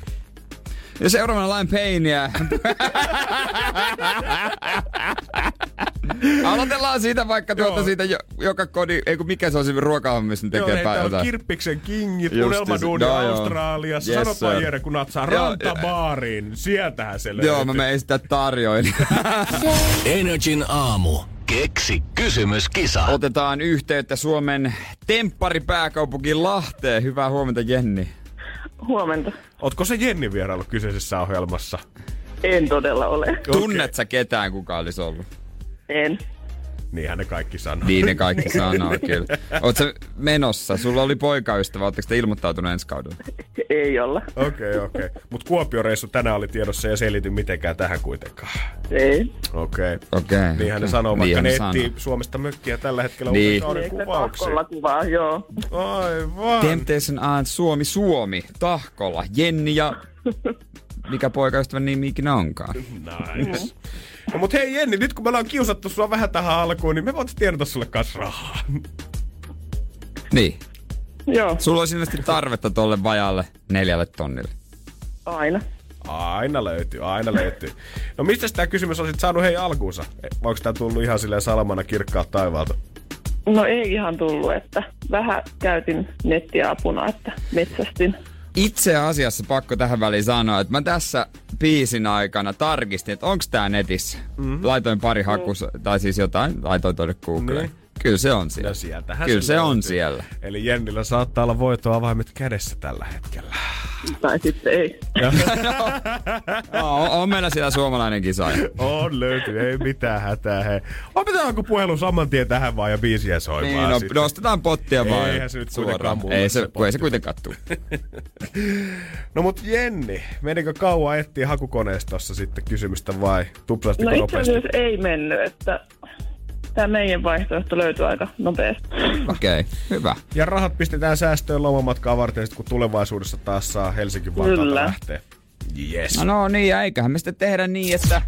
[SPEAKER 5] Ja seuraavana Liam Payneä. Aloitellaan siitä vaikka tuolta Joo. siitä, joka kodi, ei kun mikä se on se ruokahammi, missä ne tekee päin jotain.
[SPEAKER 4] Kirppiksen kingit, unelmaduuni no, Australiassa. Yes, Sanopa Jere, kun natsaa rantabaariin. Sieltähän se löytyy.
[SPEAKER 5] Joo, mä menen sitä tarjoin.
[SPEAKER 3] Energin aamu. Keksi kysymyskisa.
[SPEAKER 5] Otetaan yhteyttä Suomen tempparipääkaupunkiin Lahteen. Hyvää huomenta, Jenni.
[SPEAKER 6] Huomenta.
[SPEAKER 4] Ootko se Jenni vierailu kyseisessä ohjelmassa?
[SPEAKER 6] En todella ole.
[SPEAKER 5] Tunnet sä ketään, kuka olisi ollut?
[SPEAKER 6] En.
[SPEAKER 4] Niinhän ne kaikki sanoo.
[SPEAKER 5] Niin ne kaikki sanoo, kyllä. Oot sä menossa? Sulla oli poikaystävä. Ootteko te ilmoittautunut ensi kaudella?
[SPEAKER 6] Ei olla.
[SPEAKER 4] Okei, okay, okei. Okay. Mut Kuopio-reissu tänään oli tiedossa ja se ei liity mitenkään tähän kuitenkaan.
[SPEAKER 6] Ei.
[SPEAKER 4] Okei.
[SPEAKER 5] Okay. Okay.
[SPEAKER 4] Niinhän ne sanoo, vaikka
[SPEAKER 5] niin
[SPEAKER 4] ne
[SPEAKER 5] sanoo.
[SPEAKER 4] etsii Suomesta mökkiä tällä hetkellä
[SPEAKER 5] niin.
[SPEAKER 4] uuden kauden kuvauksia.
[SPEAKER 6] Tahkolla kuvaa, joo.
[SPEAKER 4] Aivan.
[SPEAKER 5] Temptation Island Suomi Suomi. Tahkolla. Jenni ja... Mikä poikaystävän nimi ikinä onkaan.
[SPEAKER 4] Nice. No, mut hei Jenni, nyt kun me ollaan kiusattu sua vähän tähän alkuun, niin me voitais tiedota sulle kans rahaa.
[SPEAKER 5] Niin.
[SPEAKER 6] Joo.
[SPEAKER 5] Sulla olisi ilmeisesti tarvetta tolle vajalle neljälle tonnille.
[SPEAKER 6] Aina.
[SPEAKER 4] Aina löytyy, aina löytyy. No mistä tää kysymys olisit saanut hei alkuunsa? Vai onko tää tullut ihan silleen salamana kirkkaalta taivaalta?
[SPEAKER 6] No ei ihan tullut, että vähän käytin nettiä apuna, että metsästin.
[SPEAKER 5] Itse asiassa pakko tähän väliin sanoa, että mä tässä biisin aikana tarkistin, että onks tää netissä. Mm-hmm. Laitoin pari hakus, tai siis jotain, laitoin tuonne Googleen. Niin. Kyllä se on siellä.
[SPEAKER 4] No
[SPEAKER 5] Kyllä
[SPEAKER 4] se,
[SPEAKER 5] se on
[SPEAKER 4] löytyy.
[SPEAKER 5] siellä.
[SPEAKER 4] Eli Jennillä saattaa olla voittoavaimet kädessä tällä hetkellä.
[SPEAKER 6] Tai sitten ei.
[SPEAKER 5] no, on, on meillä siellä suomalainen kisaaja.
[SPEAKER 4] On löytyy, ei mitään hätää. Hei. Opetetaanko puhelu saman tien tähän vaan ja biisiä soimaan?
[SPEAKER 5] Niin, no,
[SPEAKER 4] sitten?
[SPEAKER 5] nostetaan pottia vaan.
[SPEAKER 4] Eihän se nyt
[SPEAKER 5] suoraan.
[SPEAKER 4] kuitenkaan
[SPEAKER 5] Ei se,
[SPEAKER 4] se
[SPEAKER 5] kun ei se kuitenkaan tuu.
[SPEAKER 4] No mut Jenni, menikö kauan etsiä hakukoneistossa sitten kysymystä vai tupsastiko
[SPEAKER 6] No itse
[SPEAKER 4] nopeasti?
[SPEAKER 6] asiassa ei mennyt, että tämä meidän vaihtoehto löytyy aika nopeasti.
[SPEAKER 5] Okei, okay, hyvä.
[SPEAKER 4] Ja rahat pistetään säästöön lomamatkaa varten, sit kun tulevaisuudessa taas saa Helsingin Vantaalta lähteä. Yes.
[SPEAKER 5] No, no niin, ja eiköhän me sitten tehdä niin, että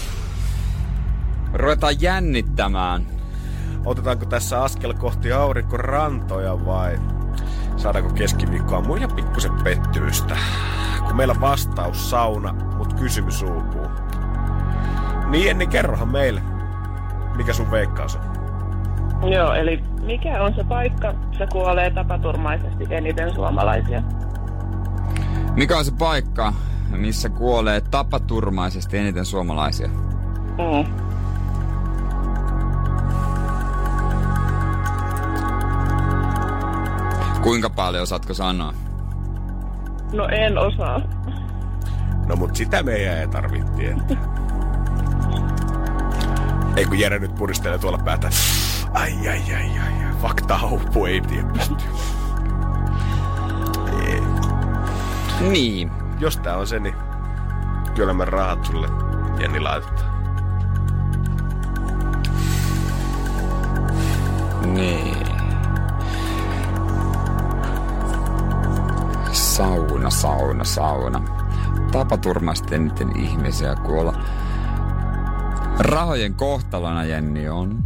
[SPEAKER 5] ruvetaan jännittämään.
[SPEAKER 4] Otetaanko tässä askel kohti aurinkorantoja vai saadaanko keskiviikkoa muja pikkusen pettymystä? Kun meillä vastaus sauna, mut kysymys uupuu. Niin Jenni, kerrohan meille, mikä sun veikkaus on?
[SPEAKER 6] Joo, eli mikä on se paikka, se kuolee tapaturmaisesti eniten suomalaisia?
[SPEAKER 5] Mikä on se paikka, missä kuolee tapaturmaisesti eniten suomalaisia?
[SPEAKER 6] Mm.
[SPEAKER 5] Kuinka paljon osaatko sanoa?
[SPEAKER 6] No en osaa.
[SPEAKER 4] No mut sitä meidän ei tarvitse tietää. Ei kun Jere nyt puristelee tuolla päätä. Ai ai ai ai ai. Fakta huppu ei tiedä pystyy. Ei.
[SPEAKER 5] Niin.
[SPEAKER 4] Jos tää on se, niin kyllä me rahat sulle Jenni laitetaan.
[SPEAKER 5] Niin. Sauna, sauna, sauna. Tapaturmaisesti eniten ihmisiä kuolla. Rahojen kohtalona, Jenni, on...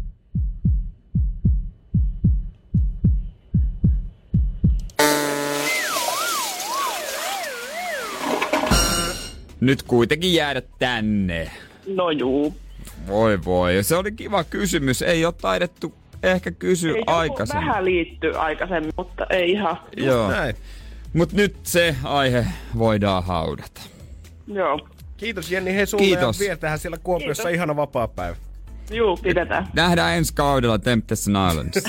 [SPEAKER 5] Nyt kuitenkin jäädä tänne.
[SPEAKER 6] No juu.
[SPEAKER 5] Voi voi. Se oli kiva kysymys. Ei ole taidettu ehkä kysyä
[SPEAKER 6] ei,
[SPEAKER 5] aikaisemmin.
[SPEAKER 6] Vähän liittyy aikaisemmin, mutta ei ihan.
[SPEAKER 5] Joo.
[SPEAKER 4] Näin.
[SPEAKER 5] Mut nyt se aihe voidaan haudata.
[SPEAKER 6] Joo.
[SPEAKER 4] Kiitos Jenni, hei sulle
[SPEAKER 5] Kiitos.
[SPEAKER 4] ja vietähän siellä Kuopiossa
[SPEAKER 6] Kiitos.
[SPEAKER 4] ihana vapaapäivä.
[SPEAKER 6] Juu, pidetään.
[SPEAKER 5] Nähdään ensi kaudella Temptation Islands.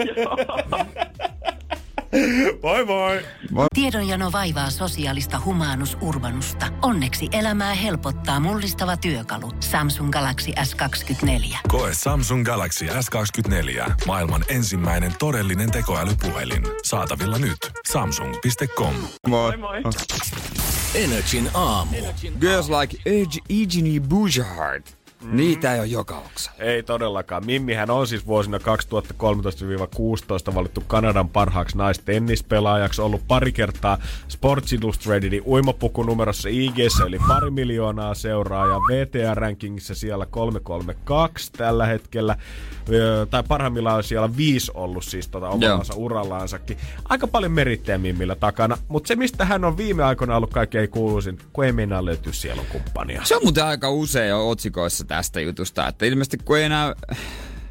[SPEAKER 4] Moi moi!
[SPEAKER 1] Tiedonjano vaivaa sosiaalista humanus urbanusta. Onneksi elämää helpottaa mullistava työkalu. Samsung Galaxy S kaksikymmentäneljä.
[SPEAKER 2] Koe Samsung Galaxy S kaksikymmentäneljä. Maailman ensimmäinen todellinen tekoälypuhelin. Saatavilla nyt. Samsung piste com.
[SPEAKER 5] Moi.
[SPEAKER 6] Moi.
[SPEAKER 3] Energin aamu.
[SPEAKER 5] Girls like Eugenie Bouchard. Mm. Niitä ei ole joka oksa.
[SPEAKER 4] Ei todellakaan. Mimmihän on siis vuosina kaksituhattakolmetoista kuusitoista valittu Kanadan parhaaksi naistennispelaajaksi, ollut pari kertaa Sports Illustratedin uimapukunumerossa I G:ssä, eli pari miljoonaa seuraajaa, V T R-rankingissa siellä kolme kolme kaksi tällä hetkellä, öö, tai parhaimmillaan on siellä viisi ollut siis tota omallansa urallaansakin. Aika paljon merittejä Mimmillä takana, mutta se mistä hän on viime aikoina ollut kaikkein kuuluisin, kun ei meinaa löytyä sielun kumppania.
[SPEAKER 5] Se on muuten aika usein jo otsikoissa tästä jutusta, että ilmeisesti kun ei enää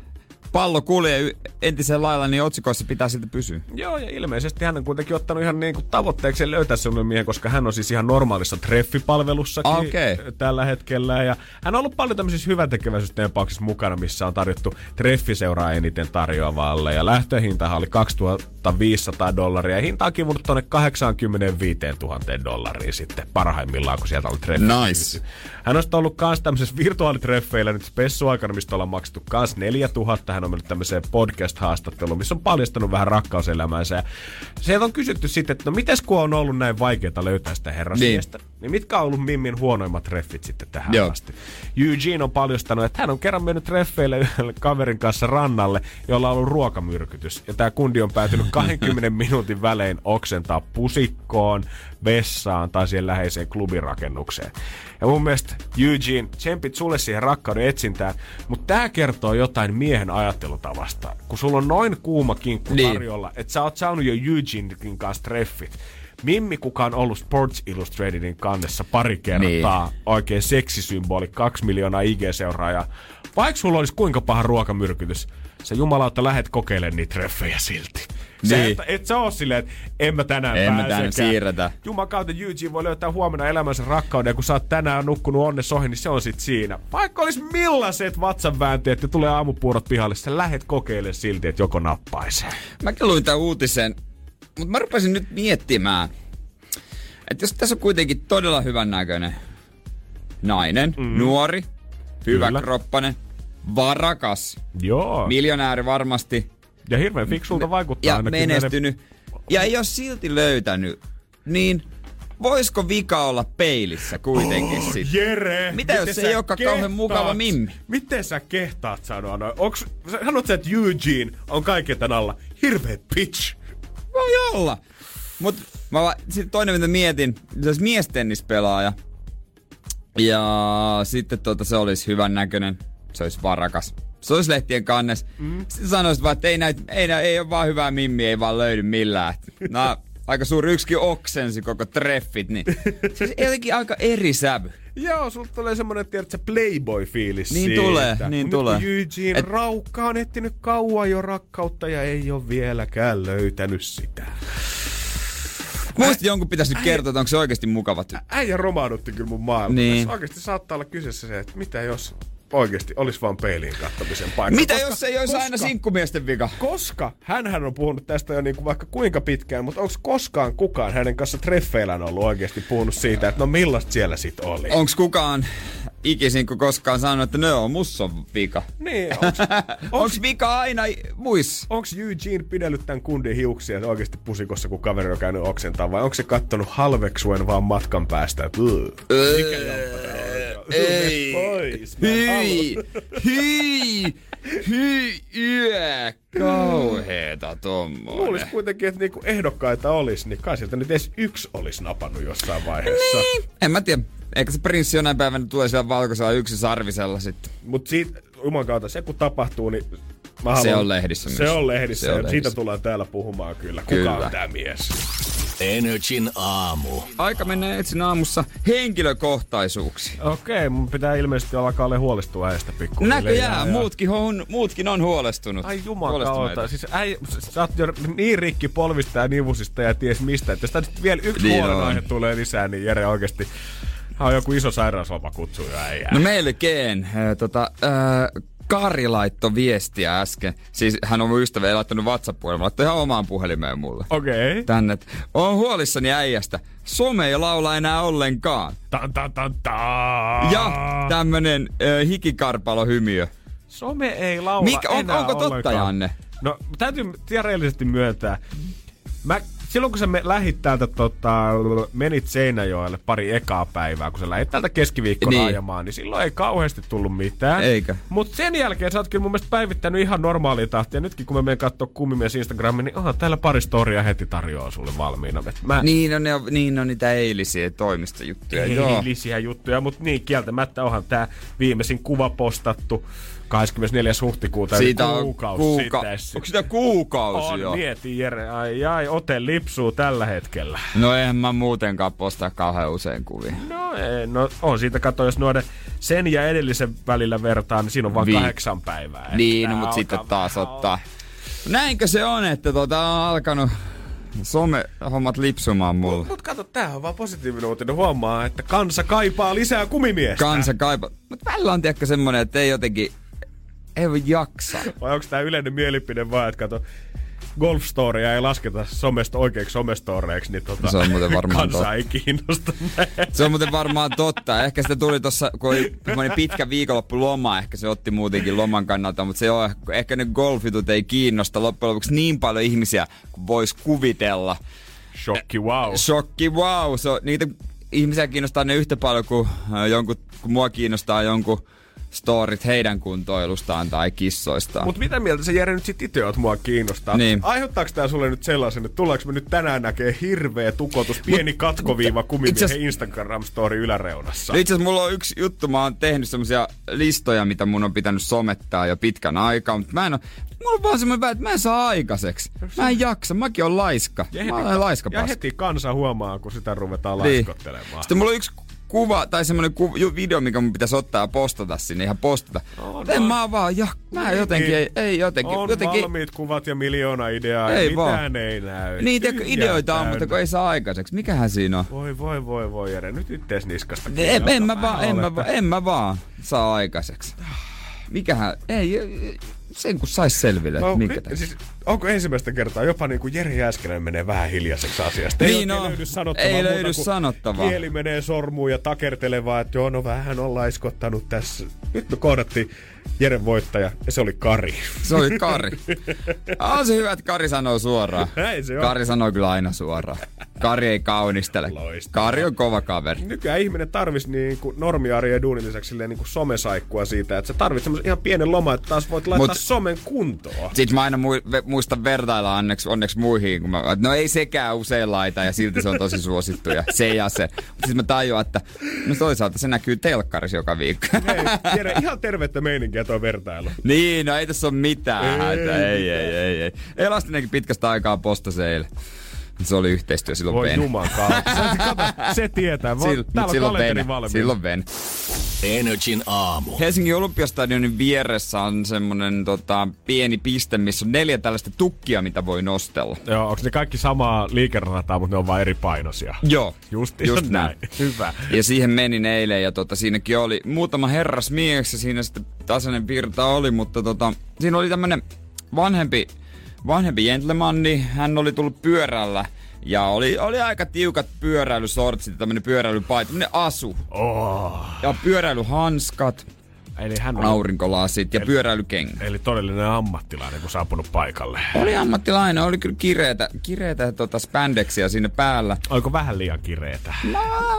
[SPEAKER 5] pallo kulje entisen lailla, niin otsikoissa pitää siltä pysyä.
[SPEAKER 4] Joo, ja ilmeisesti hän on kuitenkin ottanut ihan niin kuin tavoitteeksi löytää sellainen miehen, koska hän on siis ihan normaalissa treffipalvelussakin
[SPEAKER 5] okay.
[SPEAKER 4] tällä hetkellä. Ja hän on ollut paljon tämmöisissä hyväntekeväisyystempauksissa mukana, missä on tarjottu treffiseuraa eniten tarjoavalle. Ja lähtöhintahan oli kaksituhattaviisisataa dollaria ja hinta on kivunut tuonne kahdeksankymmentäviisituhatta dollaria sitten parhaimmillaan, kun sieltä oli treffi.
[SPEAKER 5] Nice.
[SPEAKER 4] Hän on ollut kans tämmöisessä virtuaalitreffeillä nyt spessuaikana, mistä ollaan maksettu kans neljätuhatta. Hän on mennyt tämmöiseen podcast-haastatteluun, missä on paljastanut vähän rakkauselämäänsä. Ja sieltä on kysytty sitten, että no mites kun on ollut näin vaikeaa löytää sitä herrasmiestä, niin. niin mitkä on ollut Mimmin huonoimmat treffit sitten tähän Joo. asti? Eugene on paljastanut, että hän on kerran mennyt treffeille yhdelle kaverin kanssa rannalle, jolla on ollut ruokamyrkytys. Ja tää kundi on päätynyt kaksikymmentä minuutin välein oksentaa pusikkoon, vessaan tai siihen läheiseen klubirakennukseen. Ja mun mielestä Eugene, tsempit sulle siihen rakkauden etsintään, mutta tää kertoo jotain miehen ajattelutavasta. Kun sulla on noin kuuma kinkku niin. tarjolla, että sä oot saanut jo Eugenekin kanssa treffit. Mimmi, kuka on ollut Sports Illustratedin kannessa pari kertaa, niin. oikein seksisymboli, kaksi miljoonaa I G-seuraajaa. Vaikka sulla olisi kuinka paha ruokamyrkytys, sä jumalauta lähet kokeilemaan niitä treffejä silti. Sä niin. et, et sä oo silleen, että en mä tänään
[SPEAKER 5] en
[SPEAKER 4] pääsekään.
[SPEAKER 5] mä tänään siirretä.
[SPEAKER 4] Jumakauta Eugene voi löytää huomenna elämänsä rakkauden, ja kun sä oot tänään nukkunut onnessa ohi, niin se on sit siinä. Vaikka olis millaiset vatsanväänteet ja tulee aamupuurot pihalle, sä lähet kokeilemaan silti, että joko nappaisee.
[SPEAKER 5] Mäkin luin tämän uutisen, mutta mä rupesin nyt miettimään, että jos tässä on kuitenkin todella hyvän näköinen nainen, mm. nuori, hyväkroppainen, varakas,
[SPEAKER 4] Joo.
[SPEAKER 5] miljonääri varmasti.
[SPEAKER 4] Ja hirveän fiksulta vaikuttaa
[SPEAKER 5] ja
[SPEAKER 4] ainakin.
[SPEAKER 5] menestynyt. Näiden... Ja ei ole silti löytänyt, niin voisiko vika olla peilissä kuitenkin
[SPEAKER 4] oh,
[SPEAKER 5] sitten?
[SPEAKER 4] Jere!
[SPEAKER 5] Mitä jos se ei olekaan kauhean mukava mimmi?
[SPEAKER 4] Miten sä kehtaat sanoa noin? Onks, sanot sä, että Eugene on kaiken tän alla hirveä bitch?
[SPEAKER 5] Voi olla. Mut mä sitten toinen mitä mietin, se olisi miestennispelaaja. Ja sitten tota, se olisi hyvän näköinen, se olisi varakas. Se olisi lehtien kannes. Mm. Sitten sanoisit vaan, että ei, näit, ei, ei, ei ole vaan hyvää mimmiä, ei vaan löydy millään. No, aika suuri yksikin oksensi koko treffit, niin siis jotenkin aika eri sävy.
[SPEAKER 4] Joo, sulla tulee semmonen, tiedätkö, playboy-fiilis
[SPEAKER 5] niin
[SPEAKER 4] siitä.
[SPEAKER 5] Tulee, niin
[SPEAKER 4] Nyt
[SPEAKER 5] tulee.
[SPEAKER 4] Kun Eugene Et... Raukka on etsinyt kauan jo rakkautta ja ei ole vieläkään löytänyt sitä.
[SPEAKER 5] Muista jonkun pitäisi nyt kertoa, että onko se oikeasti mukava tyttö.
[SPEAKER 4] Äijä romahdutti kyllä mun maailmassa.
[SPEAKER 5] Niin.
[SPEAKER 4] Oikeasti saattaa olla kyseessä se, että mitä jos oikeasti olisi vaan peiliin kattomisen paikka.
[SPEAKER 5] Mitä
[SPEAKER 4] koska,
[SPEAKER 5] jos se ei olisi
[SPEAKER 4] koska,
[SPEAKER 5] aina sinkkumiesten vika?
[SPEAKER 4] Koska hänhän on puhunut tästä jo niinku vaikka kuinka pitkään, mutta onko koskaan kukaan hänen kanssa treffeillään ollut oikeasti puhunut siitä, että no millaista siellä sit oli?
[SPEAKER 5] Onko kukaan ikisinkku koskaan sanonut, että ne on mussa on vika?
[SPEAKER 4] Niin, onks, onks,
[SPEAKER 5] onks vika aina muissa?
[SPEAKER 4] Onks Eugene pidellyt tämän kundin hiuksia oikeasti pusikossa, kun kaveri on käynyt oksentaa, vai onko se kattonut halveksuen vaan matkan päästä, että mikä jamppa tää on?
[SPEAKER 5] Ei, hyi, hyi, hyi, yö, kauheeta tommoinen.
[SPEAKER 4] Luulis kuitenkin, että niinku ehdokkaita olisi, niin kai sieltä nyt edes yksi olisi napannut jossain vaiheessa.
[SPEAKER 5] Niin, en mä tiedä. Eikä se prinssi jonain päivänä tulee siellä valkoisella yksi sarvisella sitten.
[SPEAKER 4] Mut siitä, juman kautta, se kun tapahtuu, niin mä haluan,
[SPEAKER 5] se on lehdissä myös.
[SPEAKER 4] Se on lehdissä,
[SPEAKER 5] se on
[SPEAKER 4] ja
[SPEAKER 5] lehdissä.
[SPEAKER 4] siitä tullaan täällä puhumaan kyllä. Kuka
[SPEAKER 5] kyllä.
[SPEAKER 4] on tää mies?
[SPEAKER 3] N R J:n aamu.
[SPEAKER 5] Aika mennä etsin aamussa henkilökohtaisuuksia.
[SPEAKER 4] Okei, mun pitää ilmeisesti alkaa ole huolestua äijästä pikkuhiljaa.
[SPEAKER 5] Näköjään, ja... muutkin, on, muutkin on huolestunut.
[SPEAKER 4] Ai jumakauta, siis äi, sä oot jo niin rikki polvista ja nivusista ja ties mistä, että jos tää nyt vielä yksi niin huolenaihe tulee lisää, niin Jere oikeesti on joku iso sairausloma kutsuu jo äijää.
[SPEAKER 5] No melkein. Äh, tota, äh, Kari laittoi viestiä äsken. Siis hän on mun ystävä, ei laittanut WhatsApp-puhelimeen, laittoi ihan omaan puhelimeen mulle.
[SPEAKER 4] Okei. Okay.
[SPEAKER 5] Tänne. Oon huolissani äijästä. Some ei laula enää ollenkaan.
[SPEAKER 4] Ta ta ta ta.
[SPEAKER 5] Ja tämmönen äh, hikikarpalo-hymiö.
[SPEAKER 4] Some ei laula
[SPEAKER 5] Mikä, on,
[SPEAKER 4] enää
[SPEAKER 5] onko totta,
[SPEAKER 4] ollenkaan. Janne? No, täytyy rehellisesti myöntää. Mä, silloin kun sä me lähit täältä, tota, menit Seinäjoelle pari ekaa päivää, kun sä lähit täältä keskiviikkona niin ajamaan, niin silloin ei kauheasti tullut mitään.
[SPEAKER 5] Eikä.
[SPEAKER 4] Mut sen jälkeen sä oot kyllä mun mielestä päivittänyt ihan normaalia tahtia. Nytkin kun mä menen kattoo kummimies Instagramin, niin onhan täällä pari storia heti tarjoaa sulle valmiina. Mä...
[SPEAKER 5] Niin, on, ne on, niin on niitä eilisiä toimistojuttuja.
[SPEAKER 4] Eilisiä juttuja, mutta niin kieltämättä onhan tää viimeisin kuva postattu. kahdeskymmenesneljäs huhtikuuta,
[SPEAKER 5] siitä
[SPEAKER 4] on kuukausi
[SPEAKER 5] kuuka-
[SPEAKER 4] sitten.
[SPEAKER 5] Onko sitä kuukausi
[SPEAKER 4] on,
[SPEAKER 5] jo?
[SPEAKER 4] Mieti Jere, ai ai, ote lipsuu tällä hetkellä.
[SPEAKER 5] No en mä muutenkaan postaa kauhean usein kuvia.
[SPEAKER 4] No No, ei, no on siitä kato, jos noiden sen ja edellisen välillä vertaan, niin siinä on vaan Vi- kahdeksan päivää.
[SPEAKER 5] Niin, no, mutta sitten taas ottaa. Näinkö se on, että tota on alkanut some-hommat lipsumaan mulle?
[SPEAKER 4] Mut, mut kato, tää on vaan positiivinen uutinen. Huomaa, että kansa kaipaa lisää kumimiestä.
[SPEAKER 5] Kansa kaipaa. Mut välillä on tiedäkö semmonen, että ei jotenkin, ei voi jaksaa.
[SPEAKER 4] Vai onks tää yleinen mielipide vaan, että kato, golf-storia ei lasketa somesta oikeiksi somestoreiksi, niin tota,
[SPEAKER 5] se on muuten varmaan
[SPEAKER 4] kansa
[SPEAKER 5] totta.
[SPEAKER 4] ei kiinnosta.
[SPEAKER 5] Se on muuten varmaan totta. Ehkä sitä tuli tossa, kun oli pitkä viikonloppu loma, ehkä se otti muutenkin loman kannalta, mutta se on, ehkä ne golfitut ei kiinnosta loppujen lopuksi niin paljon ihmisiä kuin vois kuvitella.
[SPEAKER 4] Shokki wow.
[SPEAKER 5] Shokki wow. Se on, niitä ihmisiä kiinnostaa ne yhtä paljon kuin, äh, jonkun, kun mua kiinnostaa jonkun storit heidän kuntoilustaan tai kissoistaan.
[SPEAKER 4] Mut mitä mieltä sä, Jere, nyt sit ite oot mua kiinnostaa?
[SPEAKER 5] Niin.
[SPEAKER 4] Aiheuttaako tää sulle nyt sellaisen, että tullaanko me nyt tänään näkee hirveä tukotus, pieni katkoviiva kumimiehen Instagram-story yläreunassa?
[SPEAKER 5] Itse asiassa mulla on yksi juttu, mä oon tehnyt semmosia listoja, mitä mun on pitänyt somettaa jo pitkän aikaa, mutta mä en oo, mulla on vaan semmoinen väite, että mä en saa aikaiseksi. Mä en jaksa, mäkin on laiska.
[SPEAKER 4] Ja
[SPEAKER 5] mä
[SPEAKER 4] heti,
[SPEAKER 5] olen laiska
[SPEAKER 4] ja
[SPEAKER 5] paska.
[SPEAKER 4] heti kansa huomaa, kun sitä ruvetaan niin laiskottelemaan.
[SPEAKER 5] Sitten mulla on yksi kuva tai semmoinen ku, video, mikä mun pitäisi ottaa ja postata sinne, ihan postata. Oh, en no. mä vaan, ja, mä niin, jotenkin, ei, ei jotenkin.
[SPEAKER 4] On
[SPEAKER 5] jotenkin,
[SPEAKER 4] valmiit kuvat ja miljoona ideaa,
[SPEAKER 5] ei
[SPEAKER 4] ja mitään ei näy.
[SPEAKER 5] Niin, teko, ideoita on, mutta kun ei saa aikaiseksi. Mikähän siinä on?
[SPEAKER 4] Voi, voi, voi, voi, Jere, nyt ittees niskasta.
[SPEAKER 5] En, en, mä vaan, en, mä, en mä vaan saa aikaiseksi. Mikähän, ei, sen kun sais selville, no, minkä
[SPEAKER 4] niin, siis, onko ensimmäistä kertaa jopa niin kuin Jere Jääskeläinen menee vähän hiljaiseksi asiasta? Ei,
[SPEAKER 5] niin
[SPEAKER 4] no, löydy sanottavaa.
[SPEAKER 5] Ei löydy sanottavaa.
[SPEAKER 4] Kieli menee sormuun ja takertelevaa, että joo, no vähän on laiskottanut tässä. Nyt me kohdattiin Jeren voittaja ja se oli Kari.
[SPEAKER 5] Se oli Kari. On se hyvä, että Kari sanoo suoraan.
[SPEAKER 4] Näin se on.
[SPEAKER 5] Kari sanoo kyllä aina suoraan. Kari ei kaunistele.
[SPEAKER 4] Loistavaa.
[SPEAKER 5] Kari on kova kaveri.
[SPEAKER 4] Nykyään ihminen tarvisi niin kuin normiarjen ja duunin lisäksi niin kuin somesaikkua siitä, että sä tarvitset semmoisen ihan pienen loman, että taas voit laittaa Mut, somen kuntoon.
[SPEAKER 5] Sitten mä aina muistan vertailla onneksi, onneksi muihin, kun mä, no ei sekään usein laita ja silti se on tosi suosittu ja se ja se. Sitten mä tajuan, että no toisaalta se näkyy telkkarissa joka viikko.
[SPEAKER 4] Hei, Jere, ihan tervettä meininkiä toi vertailu.
[SPEAKER 5] Niin, no ei tässä ole mitään. Ei, ei, ei, ei, ei. Ei Lastinenkin pitkästä aikaa postasi eilen. Se oli yhteistyö silloin
[SPEAKER 4] Voi
[SPEAKER 5] Ben.
[SPEAKER 4] Voi juman kautta. Se, se tietää. Voi,
[SPEAKER 5] Sil,
[SPEAKER 4] täällä on kalenteri valmiina.
[SPEAKER 5] Silloin Ben.
[SPEAKER 3] Energin aamu.
[SPEAKER 5] Helsingin Olympiastadionin vieressä on semmonen tota, pieni piste, missä on neljä tällaista tukkia, mitä voi nostella.
[SPEAKER 4] Joo, onko ne kaikki samaa liikerataa, mutta ne on vaan eri painoisia?
[SPEAKER 5] Joo.
[SPEAKER 4] Just,
[SPEAKER 5] just
[SPEAKER 4] näin. näin. Hyvä.
[SPEAKER 5] Ja siihen menin eilen ja tota, siinäkin oli muutama herrasmies ja siinä sitten tasainen virta oli, mutta tota, siinä oli tämmönen vanhempi, vanhempi gentlemanni. Hän oli tullut pyörällä. Ja oli, oli aika tiukat pyöräilysortsit, tämmönen pyöräilypaita, tämmönen asu.
[SPEAKER 4] Oh.
[SPEAKER 5] Ja pyöräilyhanskat,
[SPEAKER 4] eli hän on,
[SPEAKER 5] aurinkolasit ja
[SPEAKER 4] eli,
[SPEAKER 5] pyöräilykengät.
[SPEAKER 4] Eli todellinen ammattilainen, kun saapunut paikalle.
[SPEAKER 5] Oli ammattilainen, oli kyllä kireetä, kireetä tota spandexia siinä päällä.
[SPEAKER 4] Oliko vähän liian kireetä?
[SPEAKER 5] No,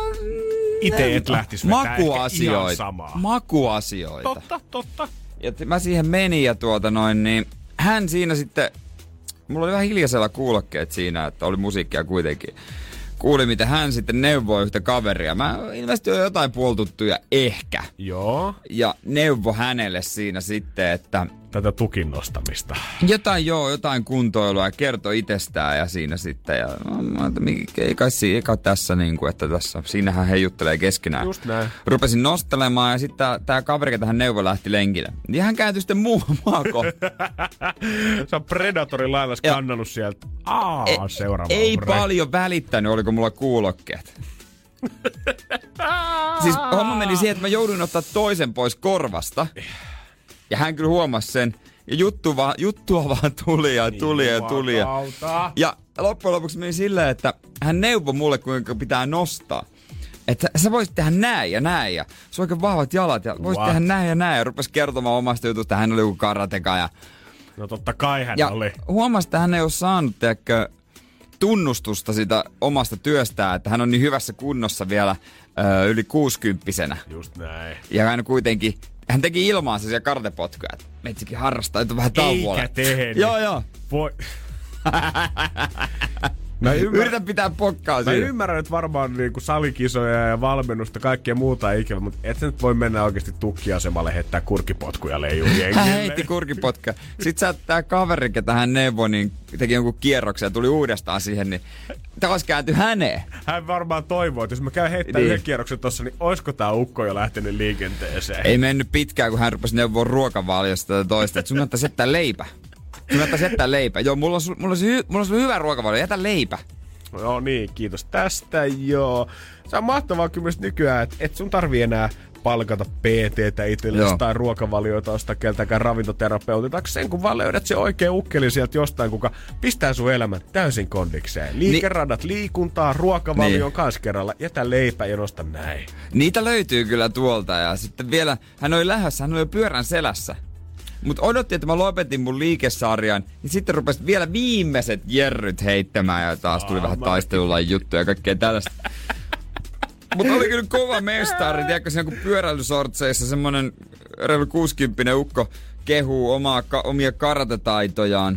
[SPEAKER 4] Ite et lähtis vetää
[SPEAKER 5] Makuasioita. Makuasioita.
[SPEAKER 4] Totta, totta.
[SPEAKER 5] Ja mä siihen menin ja tuota noin, niin hän siinä sitten... Mulla oli vähän hiljaisella kuulokkeet siinä, että oli musiikkia kuitenkin. Kuulin, miten hän sitten neuvoi yhtä kaveria. Mä ilmeisesti on jotain puoltuttuja ehkä.
[SPEAKER 4] Joo.
[SPEAKER 5] Ja neuvo hänelle siinä sitten, että...
[SPEAKER 4] Tätä tukin nostamista.
[SPEAKER 5] Jotain joo, jotain kuntoilua ja kertoi itsestään ja siinä sitten. Ja mä että ei kai, ei kai tässä niin kuin, että tässä, siinähän he juttelee keskenään.
[SPEAKER 4] Just näin.
[SPEAKER 5] Rupesin nostelemaan ja sitten tää kaveri, ketä hän neuvo lähti lenkille. Ja hän kääntyi sitten muu maa kohtaan.
[SPEAKER 4] Se on Predatorin lailla skannannut sieltä. Aa,
[SPEAKER 5] e,
[SPEAKER 4] seuraava
[SPEAKER 5] Ei
[SPEAKER 4] ure.
[SPEAKER 5] paljon välittänyt, oliko mulla kuulokkeet. Siis homma meni siihen, että mä jouduin ottaa toisen pois korvasta. Ja hän kyllä huomasi sen. Ja juttu vaan, juttua vaan tuli ja tuli ja tuli. Ja, ja loppujen lopuksi meni silleen, että hän neuvoi mulle, kuinka pitää nostaa. Että sä voisit tehdä näin ja näin. Ja se on oikein vahvat jalat ja voisit What? tehdä näin ja näin. Ja rupesi kertomaan omasta jutusta. Hän oli joku karateka. Ja,
[SPEAKER 4] no totta kai hän
[SPEAKER 5] ja
[SPEAKER 4] oli.
[SPEAKER 5] Huomasi, että hän ei ole saanut tehdä tunnustusta sitä omasta työstään. Että hän on niin hyvässä kunnossa vielä ö, yli kuusikymppisenä.
[SPEAKER 4] Just näin.
[SPEAKER 5] Ja hän kuitenkin... Hän teki ilmaansa siellä karatepotkuja, että metsikin harrastaa, että on vähän tauolla.
[SPEAKER 4] Eikä tehnyt.
[SPEAKER 5] Joo, joo.
[SPEAKER 4] Voi... Mä ymmärrän,
[SPEAKER 5] Yritä pitää pokkaa
[SPEAKER 4] mä
[SPEAKER 5] siinä.
[SPEAKER 4] ymmärrän, että varmaan niinku salikisoja ja valmennusta kaikkea muuta ikävä, mutta et sä nyt voi mennä oikeasti tukkiasemalle heittää kurkipotkuja leijuu jengille.
[SPEAKER 5] Hän heitti kurkipotka. Sitten sä tää kaveri, ketä hän neuvoi, niin teki jonkun kierroksen ja tuli uudestaan siihen, niin taas kääntyi häneen.
[SPEAKER 4] Hän varmaan toivoo, että jos mä käyn heittämään
[SPEAKER 5] Niin.
[SPEAKER 4] yhden kierroksen tossa, niin oisko tää ukko jo lähtenyt liikenteeseen?
[SPEAKER 5] Ei mennyt pitkään, kun hän rupesi neuvoa ruokavaliosta ja toista, että sun kannattaisi jättää leipä. Sun kannattaisi jättää leipä. Joo, mulla on, su- mulla on, se hy- mulla on sulle hyvä ruokavalio, jätä leipä.
[SPEAKER 4] No niin, kiitos tästä, joo. Se on mahtavaa kyllä myös nykyään, että et sun tarvii enää palkata P T:tä itsellesi
[SPEAKER 5] Joo.
[SPEAKER 4] tai ruokavalioita ostaa keltäkään ravintoterapeutilta, sen kun vaan löydät se oikea ukkeli sieltä jostain, kuka pistää sun elämän täysin kondikseen. Liikeradat liikuntaa, ruokavalio
[SPEAKER 5] Niin.
[SPEAKER 4] kans kerralla, jätä leipä ja nosta näin.
[SPEAKER 5] Niitä löytyy kyllä tuolta ja sitten vielä, hän oli lähdössä, hän oli jo pyörän selässä. Mut odotti, että mä lopetin mun liikesarjan, niin sitten rupesi vielä viimeiset jerryt heittämään ja taas tuli
[SPEAKER 4] Aa,
[SPEAKER 5] vähän
[SPEAKER 4] mä-
[SPEAKER 5] taistelulain juttuja ja kaikkea tällaista. Mutta oli kyllä kova mestari, tiedätkö, siinä kun pyöräilysortseissa semmonen reilu kuusikymppinen ukko kehuu omaa, ka, omia karatetaitojaan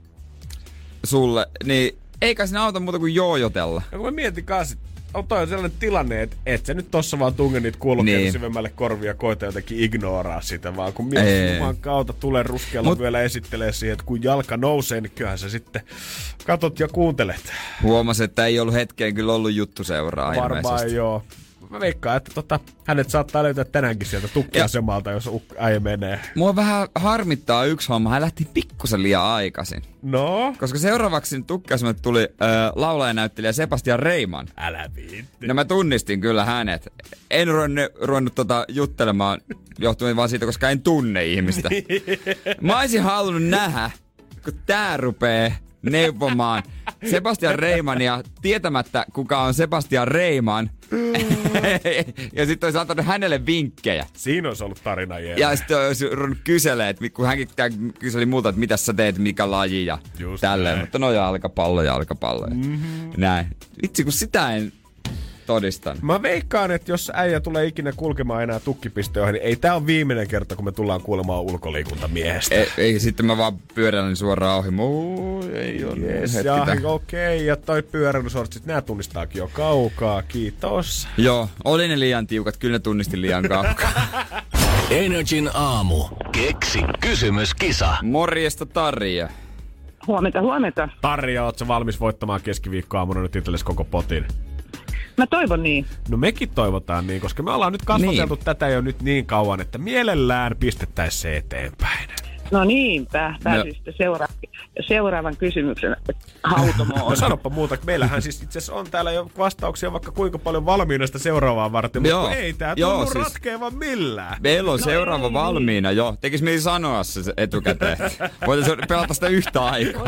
[SPEAKER 5] sulle, niin eikä siinä auta muuta kuin joojotella.
[SPEAKER 4] Ja kun mä mietin kanssa, on toi sellainen tilanne, että et sä nyt tossa vaan tunge niitä kuulokkeita
[SPEAKER 5] Niin.
[SPEAKER 4] syvemmälle korvia koita jotenkin ignoraa sitä, vaan kun mies
[SPEAKER 5] Ei.
[SPEAKER 4] Jumalan kautta tulee ruskealla
[SPEAKER 5] Mut-
[SPEAKER 4] vielä esittelee siihen, että kun jalka nousee, niin kyllähän sä sitten katot ja kuuntelet.
[SPEAKER 5] Huomasin, että ei ollut hetkeen kyllä ollut juttu seuraa
[SPEAKER 4] Varmaan
[SPEAKER 5] ilmeisesti.
[SPEAKER 4] joo. Mä veikkaan, että tota, hänet saattaa löytää tänäänkin sieltä tukkiasemalta, jos uk- äijä menee.
[SPEAKER 5] Mua vähän harmittaa yksi homma. Hän lähti pikkusen liian aikaisin.
[SPEAKER 4] No?
[SPEAKER 5] Koska seuraavaksi tukkiasemalle tuli äh, laulajanäyttelijä Sebastian Reiman.
[SPEAKER 4] Älä viitti.
[SPEAKER 5] No mä tunnistin kyllä hänet. En ruvennut, ruvennut tota juttelemaan johtuen vaan siitä, koska en tunne ihmistä. Mä olisin halunnut nähdä, kun tää rupee neuvomaan Sebastian Reimania tietämättä, kuka on Sebastian Reiman. Ja sitten olisi antanut hänelle vinkkejä.
[SPEAKER 4] Siinä olisi ollut tarina jees.
[SPEAKER 5] Ja sitten olisi ruvennut kyselemään, että kun hänkin kyseli multa, että mitä sä teet, mikä laji ja
[SPEAKER 4] Just
[SPEAKER 5] tälleen.
[SPEAKER 4] näin.
[SPEAKER 5] Mutta no jalkapallo, jalkapallo. Mm-hmm. Näin. Vitsi, kun sitä en todistanut.
[SPEAKER 4] Mä veikkaan, että jos äijä tulee ikinä kulkemaan enää tukkipisteoihin, niin ei tää on viimeinen kerta, kun me tullaan kuulemaan ulkoliikuntamiehestä.
[SPEAKER 5] Ei, ei, sitten mä vaan pyöräilen suoraan ohi. Muu, ei ole
[SPEAKER 4] Yes,
[SPEAKER 5] hetki
[SPEAKER 4] ja
[SPEAKER 5] tää.
[SPEAKER 4] okei, okay, ja toi pyöräilysortsit, nää tunnistaakin jo kaukaa, kiitos.
[SPEAKER 5] Joo, oli ne liian tiukat, kyllä ne tunnistin liian kaukaa.
[SPEAKER 3] Energin aamu. Keksi kysymyskisa.
[SPEAKER 5] Morjesta Tarja.
[SPEAKER 6] Huomenta, huomenta.
[SPEAKER 4] Tarja, oot sä valmis voittamaan keskiviikkoaamuna nyt itsellesi koko potin?
[SPEAKER 6] Mä toivon niin.
[SPEAKER 4] No mekin toivotaan niin, koska me ollaan nyt kasvateltu niin. tätä jo nyt niin kauan, että mielellään pistettäisiin se eteenpäin.
[SPEAKER 6] No niinpä, pääsisitte seura- seuraavan kysymyksen
[SPEAKER 4] No
[SPEAKER 6] hautomoon.
[SPEAKER 4] sanoppa muuta, meillähän siis itse asiassa on täällä jo vastauksia vaikka kuinka paljon valmiina sitä seuraavaa varten,
[SPEAKER 5] Joo.
[SPEAKER 4] mutta ei tää
[SPEAKER 5] Joo,
[SPEAKER 4] tunnu
[SPEAKER 5] siis-
[SPEAKER 4] ratkeavan millään.
[SPEAKER 5] Meillä on no seuraava
[SPEAKER 6] ei,
[SPEAKER 5] valmiina, joo. Tekis mieli sanoa se etukäteen. Voitaisiin pelata sitä yhtä aikaa.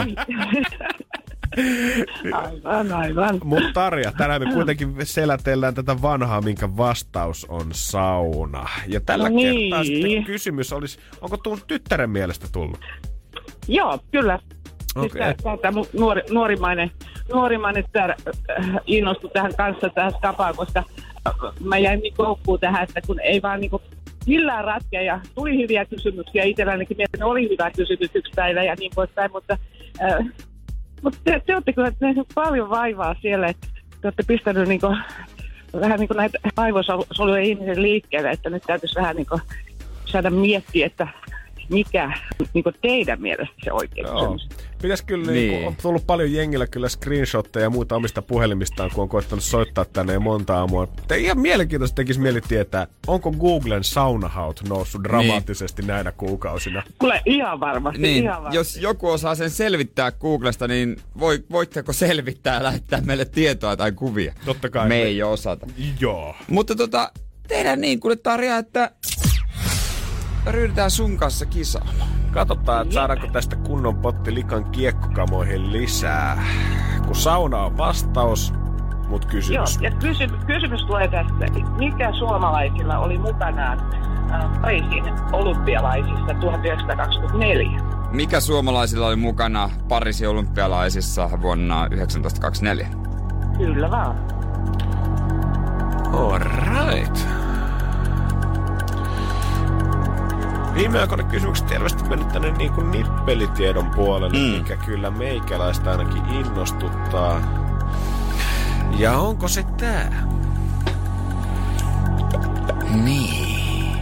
[SPEAKER 6] Aivan, aivan.
[SPEAKER 4] Mutta Tarja, tänään me kuitenkin selätellään tätä vanhaa, minkä vastaus on sauna. Ja tällä
[SPEAKER 6] No niin.
[SPEAKER 4] kertaa sitten kysymys olisi, onko tuun tyttären mielestä tullut?
[SPEAKER 6] Joo, kyllä.
[SPEAKER 4] Okei.
[SPEAKER 6] Siis tää, tää mun nuori, nuorimainen, nuorimainen tää, äh, innostui tähän kanssa tähän skapaan, koska äh, mä jäin niin koukkuun tähän, että kun ei vaan niin millään ratkea ja tuli hyviä kysymyksiä. Itsellänikin mielestäni oli hyvä kysymys yksi päivä ja niin poispäin, mutta, äh, mutta te, te olette kyllä tehneet paljon vaivaa siellä, että te olette pistänyt niin kuin, vähän niin kuin näitä aivosoluja ihmisen liikkeelle, että nyt täytyisi vähän niin kuin saada miettiä, että mikä niin kuin teidän mielestä se oikein
[SPEAKER 4] Joo.
[SPEAKER 6] kysymys.
[SPEAKER 4] Pitäis kyllä,
[SPEAKER 5] Niin.
[SPEAKER 4] niin. on tullut paljon jengillä kyllä screenshotteja ja muita omista puhelimistaan, kun on koittanut soittaa tänne monta aamua. Te ihan mielenkiintoista tekisi mieli tietää, onko Googlen saunahaut noussut dramaattisesti niin. näinä kuukausina?
[SPEAKER 6] Kuule, ihan varmasti,
[SPEAKER 5] Niin,
[SPEAKER 6] ihan varmasti.
[SPEAKER 5] jos joku osaa sen selvittää Googlesta, niin voi, voitteko selvittää ja lähettää meille tietoa tai kuvia?
[SPEAKER 4] Totta kai.
[SPEAKER 5] Me ei osata.
[SPEAKER 4] Joo.
[SPEAKER 5] Mutta tota, tehdään niin kuule Tarja, että ryhdytään sun kanssa kisaamaan.
[SPEAKER 4] Katsotaan, että saadaanko tästä kunnon potti likan kiekkokamoihin lisää. Kun sauna on vastaus, mut
[SPEAKER 6] Joo,
[SPEAKER 4] kysymys.
[SPEAKER 6] ja kysy, kysymys tulee tästä. Mikä suomalaisilla oli mukanaan äh, Pariisin olympialaisissa tuhatyhdeksänsataakaksikymmentäneljä?
[SPEAKER 5] Mikä suomalaisilla oli mukana Pariisin olympialaisissa vuonna yhdeksäntoistasataakaksikymmentäneljä?
[SPEAKER 6] Kyllä vaan.
[SPEAKER 4] All right. Viime aikoina kysymykset selvästi mennyt tänne niin kuin nippelitiedon puolelle, mm. mikä kyllä meikäläistä ainakin innostuttaa. Ja onko se tää?
[SPEAKER 5] Niin.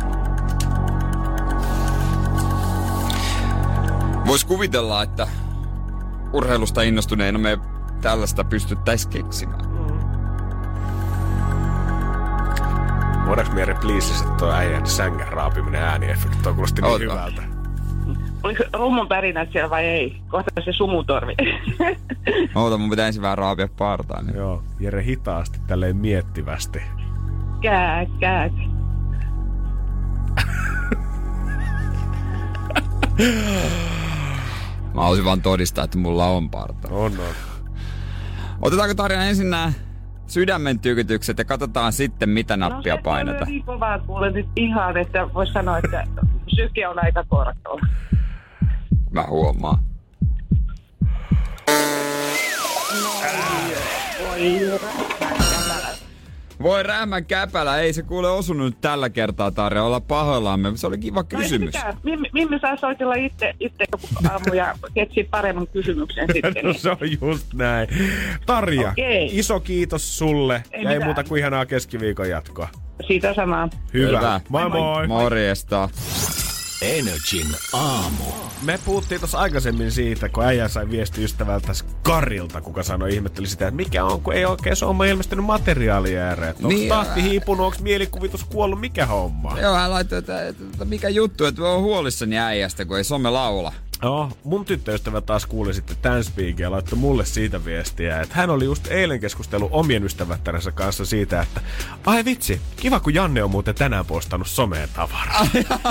[SPEAKER 5] Vois kuvitella, että urheilusta innostuneena me tällaista pystyttäis keksimään.
[SPEAKER 4] Voidaanko meidän pliisissä toi äijän sängän raapiminen ääniefekti? Toi kuulosti niin
[SPEAKER 5] Ota.
[SPEAKER 4] hyvältä.
[SPEAKER 6] Oliko rummun pärinät siellä vai ei? Kohta se sumutorvi.
[SPEAKER 5] Oota, mun pitää ensin vähän raapia partaan. Niin.
[SPEAKER 4] Joo, Jere hitaasti tälleen miettivästi.
[SPEAKER 6] Kääk, kääk.
[SPEAKER 5] Mä haluaisin vaan todistaa, että mulla on parta.
[SPEAKER 4] On, on.
[SPEAKER 5] Otetaanko Tarja ensin nää sydämen tykytykset ja katsotaan sitten, mitä nappia
[SPEAKER 6] no,
[SPEAKER 5] painata.
[SPEAKER 6] No se on niin kovaa kuule nyt ihan, että vois sanoa, että syke on aika korkealla.
[SPEAKER 5] Mä huomaan.
[SPEAKER 6] Voi
[SPEAKER 5] Voi rähmän käpälä, ei se kuule osunut tällä kertaa, Tarja, olla pahoillamme. Se oli kiva kysymys.
[SPEAKER 6] No Mimmi, Mimmi saa soitella itse, itse joku aamu ja keksiä paremman kysymyksen sitten.
[SPEAKER 4] No se on just näin. Tarja,
[SPEAKER 6] Okei.
[SPEAKER 4] iso kiitos sulle.
[SPEAKER 6] Ei
[SPEAKER 4] ja ei
[SPEAKER 6] mitään.
[SPEAKER 4] muuta kuin ihanaa keskiviikon jatkoa.
[SPEAKER 6] Siitä samaa.
[SPEAKER 4] Hyvä.
[SPEAKER 5] Hyvä.
[SPEAKER 4] Moi moi.
[SPEAKER 5] Morjesta.
[SPEAKER 3] Energin aamu.
[SPEAKER 4] Me puhuttiin tuossa aikaisemmin siitä, kun äijä sai viesti ystävältä Karilta, kuka sanoi, ihmetteli sitä, että mikä on, kun ei oikein Somma ilmestynyt materiaalia ääreen. Onko
[SPEAKER 5] Niin,
[SPEAKER 4] tahti hiipunut, onko mielikuvitus kuollut, mikä homma?
[SPEAKER 5] Joo, hän laittoi, että, että, että mikä juttu, että on huolissani äijästä, kun ei some laula.
[SPEAKER 4] No, mun tyttöystävä taas kuuli sitten tämän speakin ja laittoi mulle siitä viestiä, että hän oli just eilen keskustellut omien ystävättäränsä kanssa siitä, että ai vitsi, kiva kun Janne on muuten tänään postannut someen tavaraa.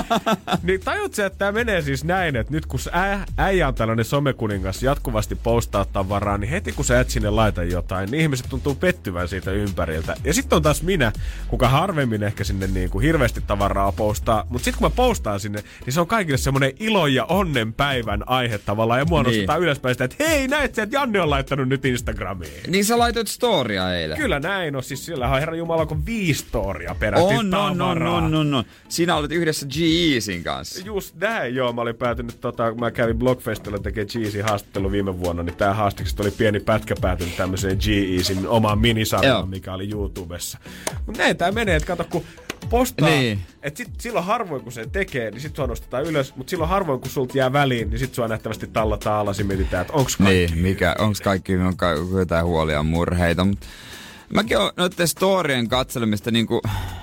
[SPEAKER 4] Niin tajut sä, että tää menee siis näin, että nyt kun ä, äijä on tällainen somekuningas jatkuvasti postaa tavaraa, niin heti kun sä et sinne laita jotain, niin ihmiset tuntuu pettyvän siitä ympäriltä. Ja sitten on taas minä, kuka harvemmin ehkä sinne niin kuin hirveästi tavaraa postaa, mutta sitten kun mä postaan sinne, niin se on kaikille semmoinen ilo ja onnen päivän aihe tavallaan, ja mua
[SPEAKER 5] Niin.
[SPEAKER 4] nostetaan ylöspäin sitä, että hei, näet sä, että Janne on laittanut nyt Instagramiin.
[SPEAKER 5] Niin sä laitoit storia eilen.
[SPEAKER 4] Kyllä näin on, siis sillä on herra jumala kun viisi storia peräti
[SPEAKER 5] On, on, on,
[SPEAKER 4] tavaraa.
[SPEAKER 5] on, on, on. Sinä olet yhdessä G-Eazyn kanssa.
[SPEAKER 4] Just näin, joo. Mä olin päätynyt, tota, kun mä kävin Blogfestilla tekemään G-Eazyn haastattelu viime vuonna, niin tää haastikset oli pieni pätkä päätynyt tämmöiseen G-Eazyn omaan minisarjaan, mikä oli YouTubessa. Mut näin tää menee, että kato kun postaa,
[SPEAKER 5] Niin.
[SPEAKER 4] että sit silloin harvoin kun se tekee, niin sit sua nostetaan ylös, mutta silloin harvoin kun sulta jää väliin, niin sit sua nähtävästi tallataan alas ja mietitään, että onks kaikki.
[SPEAKER 5] Niin, mikä, onks kaikki, onko jotain huolia murheita, mut mäkin oon noitten storien katselemista niinku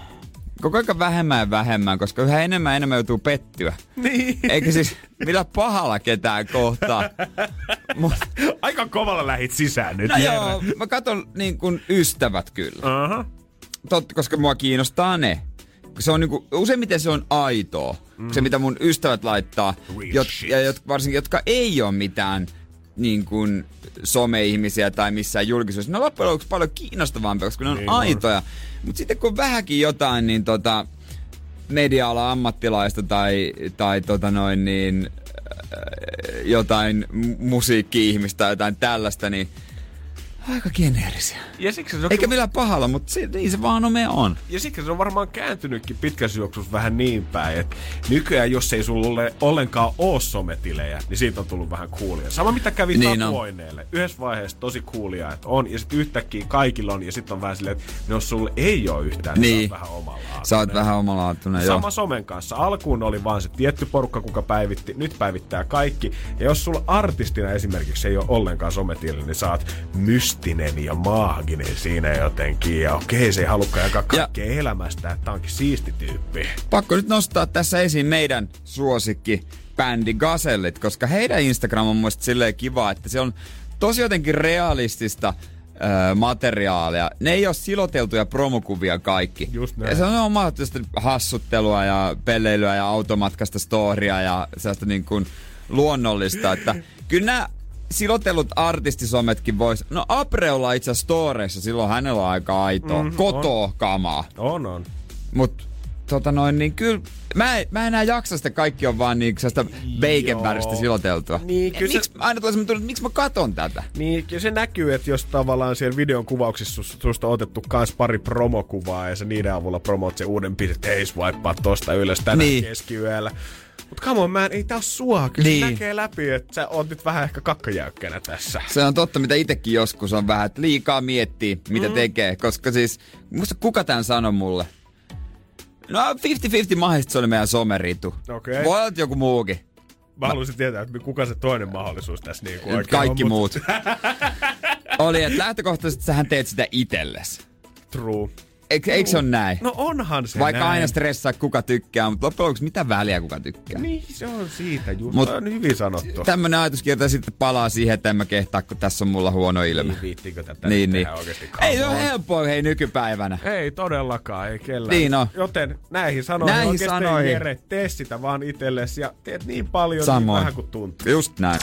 [SPEAKER 5] koko ajan vähemmän ja vähemmän, koska yhä enemmän ja enemmän joutuu pettyä.
[SPEAKER 4] Niin.
[SPEAKER 5] Eikä siis millä pahalla ketään kohtaa. Mut,
[SPEAKER 4] Aika kovalla lähit sisään nyt.
[SPEAKER 5] no
[SPEAKER 4] Jere.
[SPEAKER 5] joo, mä katon niin kuin ystävät kyllä.
[SPEAKER 4] Aha.
[SPEAKER 5] Totta, koska mua kiinnostaa ne. Se on niinku, useimmiten se on aitoa. Mm. Se, mitä mun ystävät laittaa.
[SPEAKER 4] Real
[SPEAKER 5] Jot,
[SPEAKER 4] shit.
[SPEAKER 5] ja jot, varsinkin, jotka ei ole mitään niin kuin some-ihmisiä tai missään julkisuudessa. Ne on loppujen lopuksi paljon kiinnostavampia, koska ne on
[SPEAKER 4] Niin
[SPEAKER 5] aitoja. Mutta sitten kun vähänkin jotain, niin tota, media-alan ammattilaista tai, tai tota noin niin, äh, jotain musiikki-ihmistä tai jotain tällaista, niin aika geneerisiä.
[SPEAKER 4] Ja siksi se on
[SPEAKER 5] Eikä millään pahalla, mutta se, niin se vaan on, me on.
[SPEAKER 4] Ja siksi se on varmaan kääntynytkin pitkässä juoksussa vähän niin päin, että nykyään jos ei sulle ollenkaan oo sometilejä, niin siitä on tullut vähän coolia. Sama mitä kävi
[SPEAKER 5] Niin
[SPEAKER 4] tatuoineille. Yhdessä vaiheessa tosi coolia, että on, ja sitten yhtäkkiä kaikilla on, ja sitten on vähän silleen, että jos sulle ei ole yhtään, niin,
[SPEAKER 5] Niin.
[SPEAKER 4] sä oot vähän omalla.
[SPEAKER 5] Sä oot vähän omalaatuinen, joo.
[SPEAKER 4] Sama somen kanssa. Alkuun oli vaan se tietty porukka, kuka päivitti. Nyt päivittää kaikki. Ja jos sulla artistina esimerkiksi ei ole ollenkaan sometili, niin sä oot mystinen ja maaginen siinä jotenkin. Ja okei, se ei halukkaan jakaa kaikkea ja elämästä, että tää onkin siisti tyyppi.
[SPEAKER 5] Pakko nyt nostaa tässä esiin meidän suosikki bändi Gazellit, koska heidän Instagram on mun mielestä silleen kiva, että se on tosi jotenkin realistista öö, materiaalia. Ne ei ole siloteltuja promokuvia kaikki.
[SPEAKER 4] Just näin.
[SPEAKER 5] Ja se on omaa hassuttelua ja pelleilyä ja automatkasta storia ja sellaista niin kuin luonnollista, että kyllä nämä silotellut artistisometkin vois... No Apreolla itse asiassa storeissa, silloin hänellä on aika aitoa. Mm, Kotoa kamaa.
[SPEAKER 4] On, on.
[SPEAKER 5] Mut tota noin, niin kyllä... Mä, en- mä enää jaksa sitä, kaikki on vaan niinku sellaista bacon-väristä siloteltua.
[SPEAKER 4] Niin, kyllä
[SPEAKER 5] miksi,
[SPEAKER 4] se-
[SPEAKER 5] aina tulee semmoinen tunne, että miksi mä katon tätä?
[SPEAKER 4] Niin, kyllä se näkyy, että jos tavallaan siellä videon kuvauksissa sus- susta on otettu kans pari promokuvaa ja sä niiden avulla promoot sen uuden biisin, että hei, swipea tosta ylös tänään
[SPEAKER 5] Niin.
[SPEAKER 4] keskiyöllä. Mut come on, man, ei tää oo sua. Kyllä
[SPEAKER 5] niin.
[SPEAKER 4] se näkee läpi, että sä oot nyt vähän ehkä kakkajäykkänä tässä.
[SPEAKER 5] Se on totta, mitä itekin joskus on vähän, että liikaa miettii, mitä mm. tekee. Koska siis, muista kuka tän sanoi mulle? No viisikymmentä viisikymmentä mahdollisesti se oli meidän someritu.
[SPEAKER 4] Okay.
[SPEAKER 5] Voi olla joku muukin.
[SPEAKER 4] Mä haluaisin tietää, että kuka se toinen mahdollisuus tässä niinku oikein
[SPEAKER 5] Kaikki
[SPEAKER 4] on,
[SPEAKER 5] muut. Oli, että lähtökohtaisesti sähän teet sitä itsellesi.
[SPEAKER 4] True.
[SPEAKER 5] Eikö, eikö se ole näin?
[SPEAKER 4] No onhan se
[SPEAKER 5] Vaikka
[SPEAKER 4] näin.
[SPEAKER 5] aina stressaa kuka tykkää, mutta loppujen lopuksi mitä väliä kuka tykkää.
[SPEAKER 4] Niin, se on siitä just.
[SPEAKER 5] Mut
[SPEAKER 4] on hyvin sanottu.
[SPEAKER 5] Tämmönen ajatuskierta sitten palaa siihen, että en mä kehtaa, kun tässä on mulla huono ilme.
[SPEAKER 4] Niin, viittiinkö tätä
[SPEAKER 5] niin, niin.
[SPEAKER 4] oikeasti
[SPEAKER 5] Ei se ole helppoa hei nykypäivänä.
[SPEAKER 4] Ei todellakaan, ei kellään.
[SPEAKER 5] Niin on.
[SPEAKER 4] Joten näihin sanoihin
[SPEAKER 5] Näihin
[SPEAKER 4] oikeasti
[SPEAKER 5] sanoihin.
[SPEAKER 4] Jere, tee sitä vaan itsellesi ja teet niin paljon
[SPEAKER 5] Samoin.
[SPEAKER 4] niin vähän kuin tuntuu.
[SPEAKER 5] Just näin.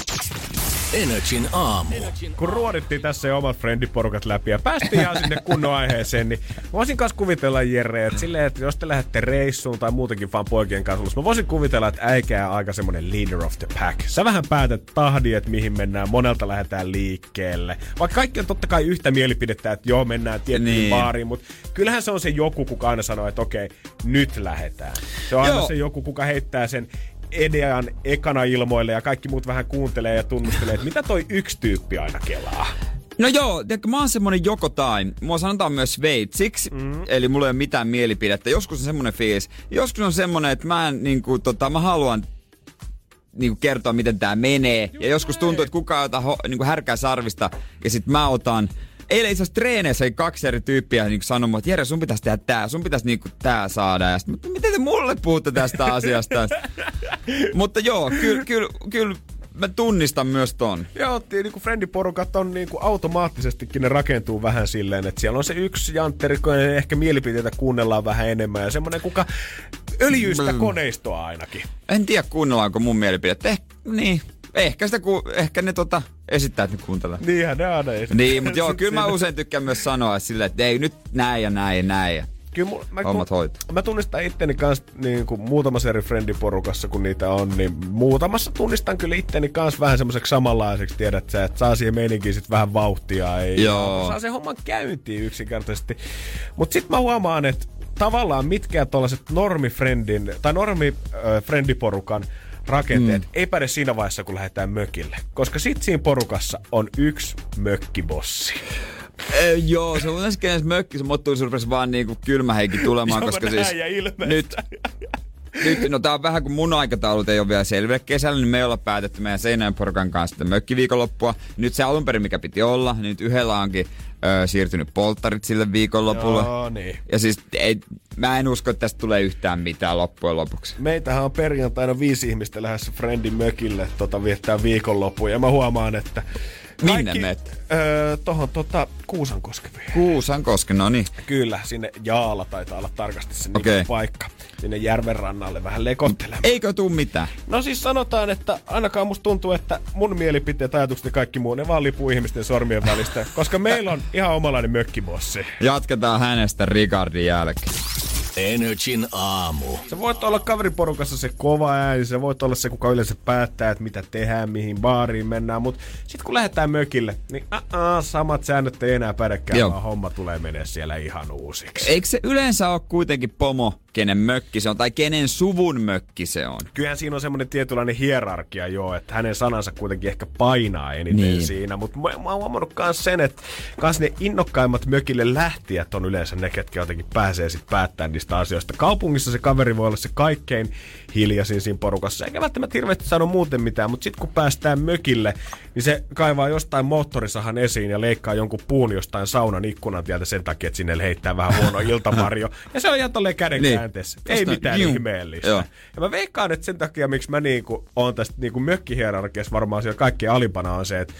[SPEAKER 3] Energin aamu.
[SPEAKER 4] Kun ruodittiin tässä jo omat friendiporukat läpi ja päästiin ihan sinne kunnon aiheeseen, niin mä voisin kanssa kuvitella, Jere, että silleen, että jos te lähdette reissuun tai muutenkin vaan poikien kanssa, mä voisin kuvitella, että äikää on aika semmonen leader of the pack. Sä vähän päätät tahdin, että mihin mennään, monelta lähdetään liikkeelle. Vaikka kaikki on totta kai yhtä mielipidettä, että joo, mennään tiettyyn
[SPEAKER 5] niin.
[SPEAKER 4] baariin, mutta kyllähän se on se joku, kuka aina sanoo, että okei, nyt lähdetään. Se on aina
[SPEAKER 5] Joo.
[SPEAKER 4] se joku, kuka heittää sen idean ekana ilmoille ja kaikki muut vähän kuuntelee ja tunnustelee, että mitä toi yksi tyyppi aina kelaa.
[SPEAKER 5] No joo, tiedätkö, mä oon semmonen joko tai. Mua sanotaan myös sveitsiksi, mm. eli mulla ei ole mitään mielipidettä. Joskus on semmonen fiilis. Joskus on semmonen, että mä, en, niinku, tota, mä haluan niinku, kertoa, miten tää menee. Just ja joskus tuntuu, että kukaan ota ho, niinku, härkää sarvista ja sit mä otan. Eilen itse asiassa treeneissä kaksi eri tyyppiä niin sanomaan, että Jere, sun pitäisi tehdä tää, sun pitäisi niinku tää saada. Ja sit, miten te mulle puhutte tästä asiasta? Mutta joo, kyllä kyl, kyl, mä tunnistan myös ton.
[SPEAKER 4] Joo, niinku friendiporukat on niinku automaattisestikin, ne rakentuu vähän silleen, että siellä on se yksi jantteri, kun ehkä mielipiteitä kuunnellaan vähän enemmän ja semmonen, kuka öljyy sitä koneistoa ainakin.
[SPEAKER 5] En tiedä kuunnellaanko mun mielipidettä. Eh, niin. Ehkä, sitä ku, ehkä ne tota, esittää, että ne kuuntelee.
[SPEAKER 4] Niinhän ne aina esittää.
[SPEAKER 5] Niin, mutta joo, kyllä mä usein tykkään myös sanoa silleen, että ei nyt näin ja näin ja näin. Ja
[SPEAKER 4] kyllä mu- mä,
[SPEAKER 5] hommat hoituu.
[SPEAKER 4] Mä tunnistan itteni kanssa niin kuin muutamassa eri friendiporukassa, kun niitä on, niin muutamassa tunnistan kyllä itteni kanssa vähän semmoiseksi samanlaiseksi, tiedät sä, että saa siihen meininkiin sit vähän vauhtia. Ei,
[SPEAKER 5] joo.
[SPEAKER 4] Saa sen homman käyntiin yksinkertaisesti. Mut sit mä huomaan, että tavallaan mitkään tollaset normifriendin tai normifriendiporukan rakenteet mm. ei päde siinä vaiheessa, kun lähdetään mökille. Koska sit siinä porukassa on yksi mökkibossi.
[SPEAKER 5] E, joo, se on ensin mökki, se mottuus rupesi vaan niinku kylmä heikki tulemaan,
[SPEAKER 4] joo,
[SPEAKER 5] koska siis nyt, nyt, no tää on vähän kuin mun aikataulut ei ole vielä selville kesällä, niin me ei olla päätetty meidän Seinäjoen porukan kanssa sitä mökkiviikonloppua. Nyt se alun perin, mikä piti olla, niin nyt yhdellä onkin ö, siirtynyt polttarit sille viikonlopulle.
[SPEAKER 4] Joo, niin.
[SPEAKER 5] Ja siis ei, mä en usko, että tästä tulee yhtään mitään loppujen lopuksi.
[SPEAKER 4] Meitähän on perjantaina viisi ihmistä lähdössä friendin mökille tota, viettää viikonloppuun. Ja mä huomaan, että
[SPEAKER 5] minne
[SPEAKER 4] kaikki,
[SPEAKER 5] meet?
[SPEAKER 4] Öö, tohon tota, Kuusankoskeen.
[SPEAKER 5] Kuusankosken, no niin.
[SPEAKER 4] Kyllä, sinne Jaala taitaa olla tarkasti se
[SPEAKER 5] okay.
[SPEAKER 4] paikka. Sinne järven rannalle vähän lekottelemaan.
[SPEAKER 5] Eikö tuu mitään?
[SPEAKER 4] No siis sanotaan, että ainakaan musta tuntuu, että mun mielipiteet, ajatukset ja kaikki muu, ne vaan lipuu ihmisten sormien välistä. Koska meillä on ihan omalainen mökkibossi.
[SPEAKER 5] Jatketaan hänestä Ricardin jälkeen.
[SPEAKER 3] Energin aamu.
[SPEAKER 4] Sä voit olla kaveriporukassa se kova ääni, sä voit olla se, kuka yleensä päättää, että mitä tehdään, mihin baariin mennään, mutta sit kun lähdetään mökille, niin aa, samat säännöt ei enää pädekään, Joo. vaan homma tulee menee siellä ihan uusiksi.
[SPEAKER 5] Eikö se yleensä ole kuitenkin pomo, kenen mökki se on, tai kenen suvun mökki se on?
[SPEAKER 4] Kyllähän siinä on semmoinen tietynlainen hierarkia jo, että hänen sanansa kuitenkin ehkä painaa eniten niin. siinä, mutta mä, mä oon huomannut myös sen, että kans ne innokkaimmat mökille lähtijät on yleensä ne, ketkä jotenkin pääsee sit päättämään niistä asioista. Kaupungissa se kaveri voi olla se kaikkein hiljaisin siinä porukassa, eikä välttämättä hirveästi sano muuten mitään, mutta sitten kun päästään mökille, niin se kaivaa jostain moottorisahan esiin ja leikkaa jonkun puun jostain saunan ikkunan tieltä sen takia, että sinne heittää vähän huono iltavarjo. Ja se on ihan tolleen kädenkäänteessä. Niin. Ei mitään Jum. ihmeellistä. Joo. Ja mä veikkaan, että sen takia, miksi mä niinku oon tästä niinku mökkihierarkiassa varmaan siellä kaikkein alimpana on se, että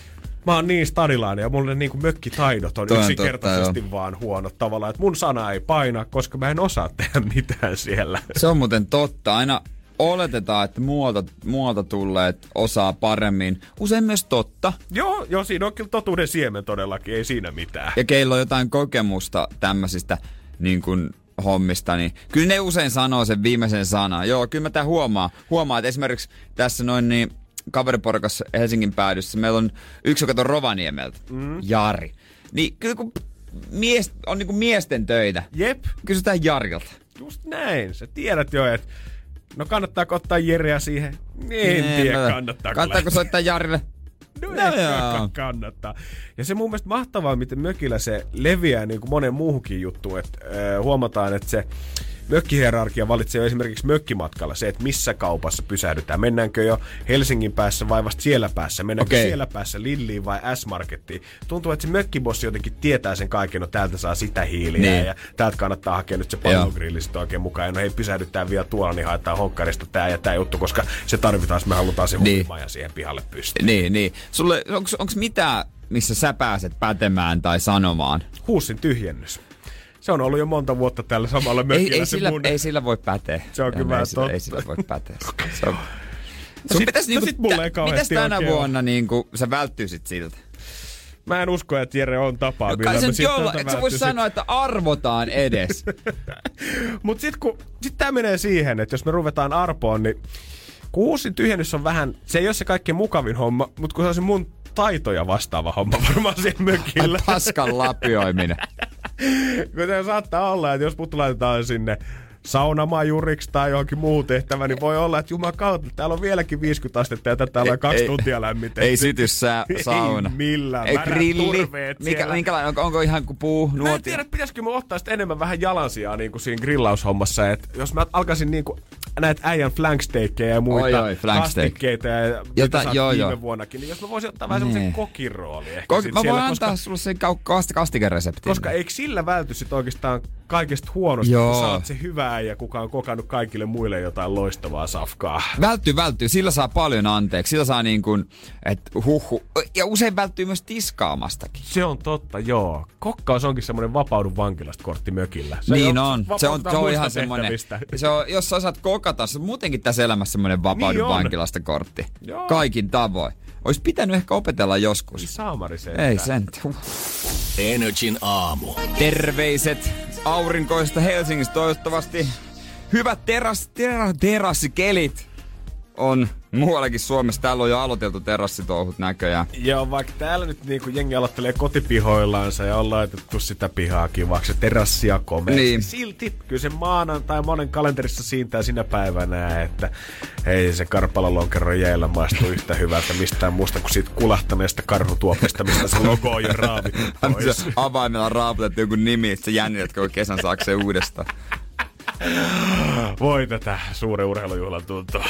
[SPEAKER 4] mä oon niin stadilainen ja mulle niinku mökkitaidot on Toin yksinkertaisesti totta, vaan huonot tavallaan, että mun sana ei paina, koska mä en osaa tehdä mitään siellä. Se
[SPEAKER 5] on muuten totta. Aina oletetaan, että muualta, muualta tulleet osaa paremmin. Usein myös totta.
[SPEAKER 4] Joo, joo, siinä on kyllä totuuden siemen todellakin, ei siinä mitään.
[SPEAKER 5] Ja keillä on jotain kokemusta tämmöisistä niin kuin hommista, niin kyllä ne usein sanoo sen viimeisen sanan. Joo, kyllä mä tää huomaa. Huomaa, että esimerkiksi tässä noin niin kaveriporukassa Helsingin päädyssä meillä on yksi, joka on Rovaniemeltä. Mm. Jari. Niin kyllä kun mies, on niinku miesten töitä.
[SPEAKER 4] Jep.
[SPEAKER 5] Kysytään Jarilta.
[SPEAKER 4] Just näin. Sä tiedät jo, että No kannattaako ottaa Jereä siihen? En
[SPEAKER 5] Nee,
[SPEAKER 4] tiedä,
[SPEAKER 5] no,
[SPEAKER 4] kannattaako.
[SPEAKER 5] Kannattaako soittaa Jarille?
[SPEAKER 4] No,
[SPEAKER 5] No
[SPEAKER 4] ehkä
[SPEAKER 5] joo.
[SPEAKER 4] kannattaa. Ja se mun mielestä mahtavaa, miten mökillä se leviää niin kuin monen muuhunkin juttuun. Että äh, huomataan, että se mökkihierarkia valitsee esimerkiksi mökkimatkalla se, että missä kaupassa pysähdytään. Mennäänkö jo Helsingin päässä vai vasta siellä päässä? Mennäänkö
[SPEAKER 5] Okei.
[SPEAKER 4] siellä päässä Lilliin vai S-Markettiin? Tuntuu, että se mökkibossi jotenkin tietää sen kaiken. No täältä saa sitä hiiliä
[SPEAKER 5] Niin.
[SPEAKER 4] ja täältä kannattaa hakea nyt se pallogrilli sitten oikein mukaan. Ja no hei, pysähdytään vielä tuolla, niin haetaan honkkarista tää ja tää juttu, koska se tarvitaan, jos me halutaan se
[SPEAKER 5] Niin.
[SPEAKER 4] huvimaja siihen pihalle pystyyn.
[SPEAKER 5] Niin, niin. Sulle, onks, onks mitään, missä sä pääset pätemään tai sanomaan?
[SPEAKER 4] Huussin tyhjennys. Se on ollut jo monta vuotta tällä samalla mökillä.
[SPEAKER 5] Ei, ei,
[SPEAKER 4] se
[SPEAKER 5] sillä,
[SPEAKER 4] mun...
[SPEAKER 5] ei sillä voi päteä.
[SPEAKER 4] Se on
[SPEAKER 5] Joo,
[SPEAKER 4] kyllä
[SPEAKER 5] ei, sillä,
[SPEAKER 4] totta.
[SPEAKER 5] ei sillä voi päteä. Se on...
[SPEAKER 4] sit-
[SPEAKER 5] Sun pitäis
[SPEAKER 4] no
[SPEAKER 5] niinku,
[SPEAKER 4] sit mulla ei
[SPEAKER 5] tä,
[SPEAKER 4] kauheasti
[SPEAKER 5] mitäs tänä
[SPEAKER 4] oikein
[SPEAKER 5] vuonna niinku, sä välttyisit siltä?
[SPEAKER 4] Mä en usko, että Jere on tapaa.
[SPEAKER 5] No
[SPEAKER 4] millä
[SPEAKER 5] kai
[SPEAKER 4] mä
[SPEAKER 5] se nyt
[SPEAKER 4] sit
[SPEAKER 5] jolla,
[SPEAKER 4] tältä
[SPEAKER 5] et sä vois
[SPEAKER 4] välttyisin.
[SPEAKER 5] sanoa, että arvotaan edes.
[SPEAKER 4] Mut sit kun, sit tää menee siihen, että jos me ruvetaan arpoon, niin kun huussin tyhjennys on vähän, se ei ole se kaikkein mukavin homma, mut kun se on se mun taitoja vastaava homma varmaan siihen mökillä.
[SPEAKER 5] Paskan lapioiminen.
[SPEAKER 4] Kun se saattaa olla, että jos mut laitetaan sinne saunamajuriksi tai johonkin muuhun tehtävään, niin voi olla, että jumakautta, täällä on vieläkin viisikymmentä astetta ja tätä ollaan kaksi
[SPEAKER 5] Ei-
[SPEAKER 4] tuntia lämmitetty.
[SPEAKER 5] Ei syty sä, sauna.
[SPEAKER 4] Ei millään.
[SPEAKER 5] Ei
[SPEAKER 4] Märät
[SPEAKER 5] grilli.
[SPEAKER 4] turveet
[SPEAKER 5] Mikä,
[SPEAKER 4] siellä.
[SPEAKER 5] minkälainen, onko, onko ihan kuin puu,
[SPEAKER 4] Mä en
[SPEAKER 5] nuotio?
[SPEAKER 4] tiedä, pitäisikö mä ottaa sitä enemmän vähän jalansijaa niin kuin siinä grillaushommassa. Et jos mä alkaisin niin kuin näitä äijän flanksteakkejä ja muita
[SPEAKER 5] Oi, oi, flanksteak.
[SPEAKER 4] kastikkeita ja
[SPEAKER 5] Jota-
[SPEAKER 4] mitä sä oot
[SPEAKER 5] joo,
[SPEAKER 4] viime
[SPEAKER 5] joo.
[SPEAKER 4] vuonnakin, niin jos mä voisin ottaa vähän
[SPEAKER 5] Nee.
[SPEAKER 4] semmoisen kokin rooli ehkä
[SPEAKER 5] Ko-
[SPEAKER 4] sit
[SPEAKER 5] mä voin
[SPEAKER 4] siellä,
[SPEAKER 5] antaa
[SPEAKER 4] koska,
[SPEAKER 5] sulle sen kau- kast- kastikereseptin.
[SPEAKER 4] koska eikö sillä välty sit oikeastaan kaikesta huonosta,
[SPEAKER 5] Joo.
[SPEAKER 4] kun sä oot se hyvä äijä, kuka on kokannut kaikille muille jotain loistavaa safkaa.
[SPEAKER 5] Välttyy, välttyy. Sillä saa paljon anteeksi. Sillä saa niin kuin, että huhu. Ja usein välttyy myös tiskaamastakin.
[SPEAKER 4] Se on totta, joo. Kokkaus onkin semmoinen vapaudun vankilasta kortti mökillä. Se
[SPEAKER 5] Niin
[SPEAKER 4] on-
[SPEAKER 5] on. Se on,
[SPEAKER 4] vapautetaan
[SPEAKER 5] se on
[SPEAKER 4] muista
[SPEAKER 5] ihan semmoinen.
[SPEAKER 4] tehtävistä.
[SPEAKER 5] Se on, jos sä osaat kokata, se on muutenkin tässä elämässä semmoinen vapaudun
[SPEAKER 4] Niin on.
[SPEAKER 5] vankilasta kortti.
[SPEAKER 4] Joo.
[SPEAKER 5] Kaikin tavoin. Ois pitänyt ehkä opetella joskus.
[SPEAKER 4] Saamari se.
[SPEAKER 5] Ei sen.
[SPEAKER 3] Energin aamu.
[SPEAKER 5] Terveiset aurinkoista Helsingistä toivottavasti. Hyvät teras, teras, terassikelit on muuallakin Suomessa. Täällä on jo aloiteltu terassitouhut näköjään.
[SPEAKER 4] Joo, vaikka täällä nyt niinku jengi aloittelee kotipihoillansa ja on laitettu sitä pihaa kivaksi ja terassia komeaksi.
[SPEAKER 5] Niin.
[SPEAKER 4] Silti kyllä se maanantai monen kalenterissa siintää sinä päivänä, että ei se karpalolonkero jäillä maistu yhtä hyvältä mistään muusta kuin siitä kulahtaneesta karhutuopesta, mistä se logo on jo raavittu pois.
[SPEAKER 5] Se avaimella raaputettu joku nimi, että sä jännität koko kesän saakseen uudestaan.
[SPEAKER 4] Voi tätä suuren urheilujuhlan tuntua.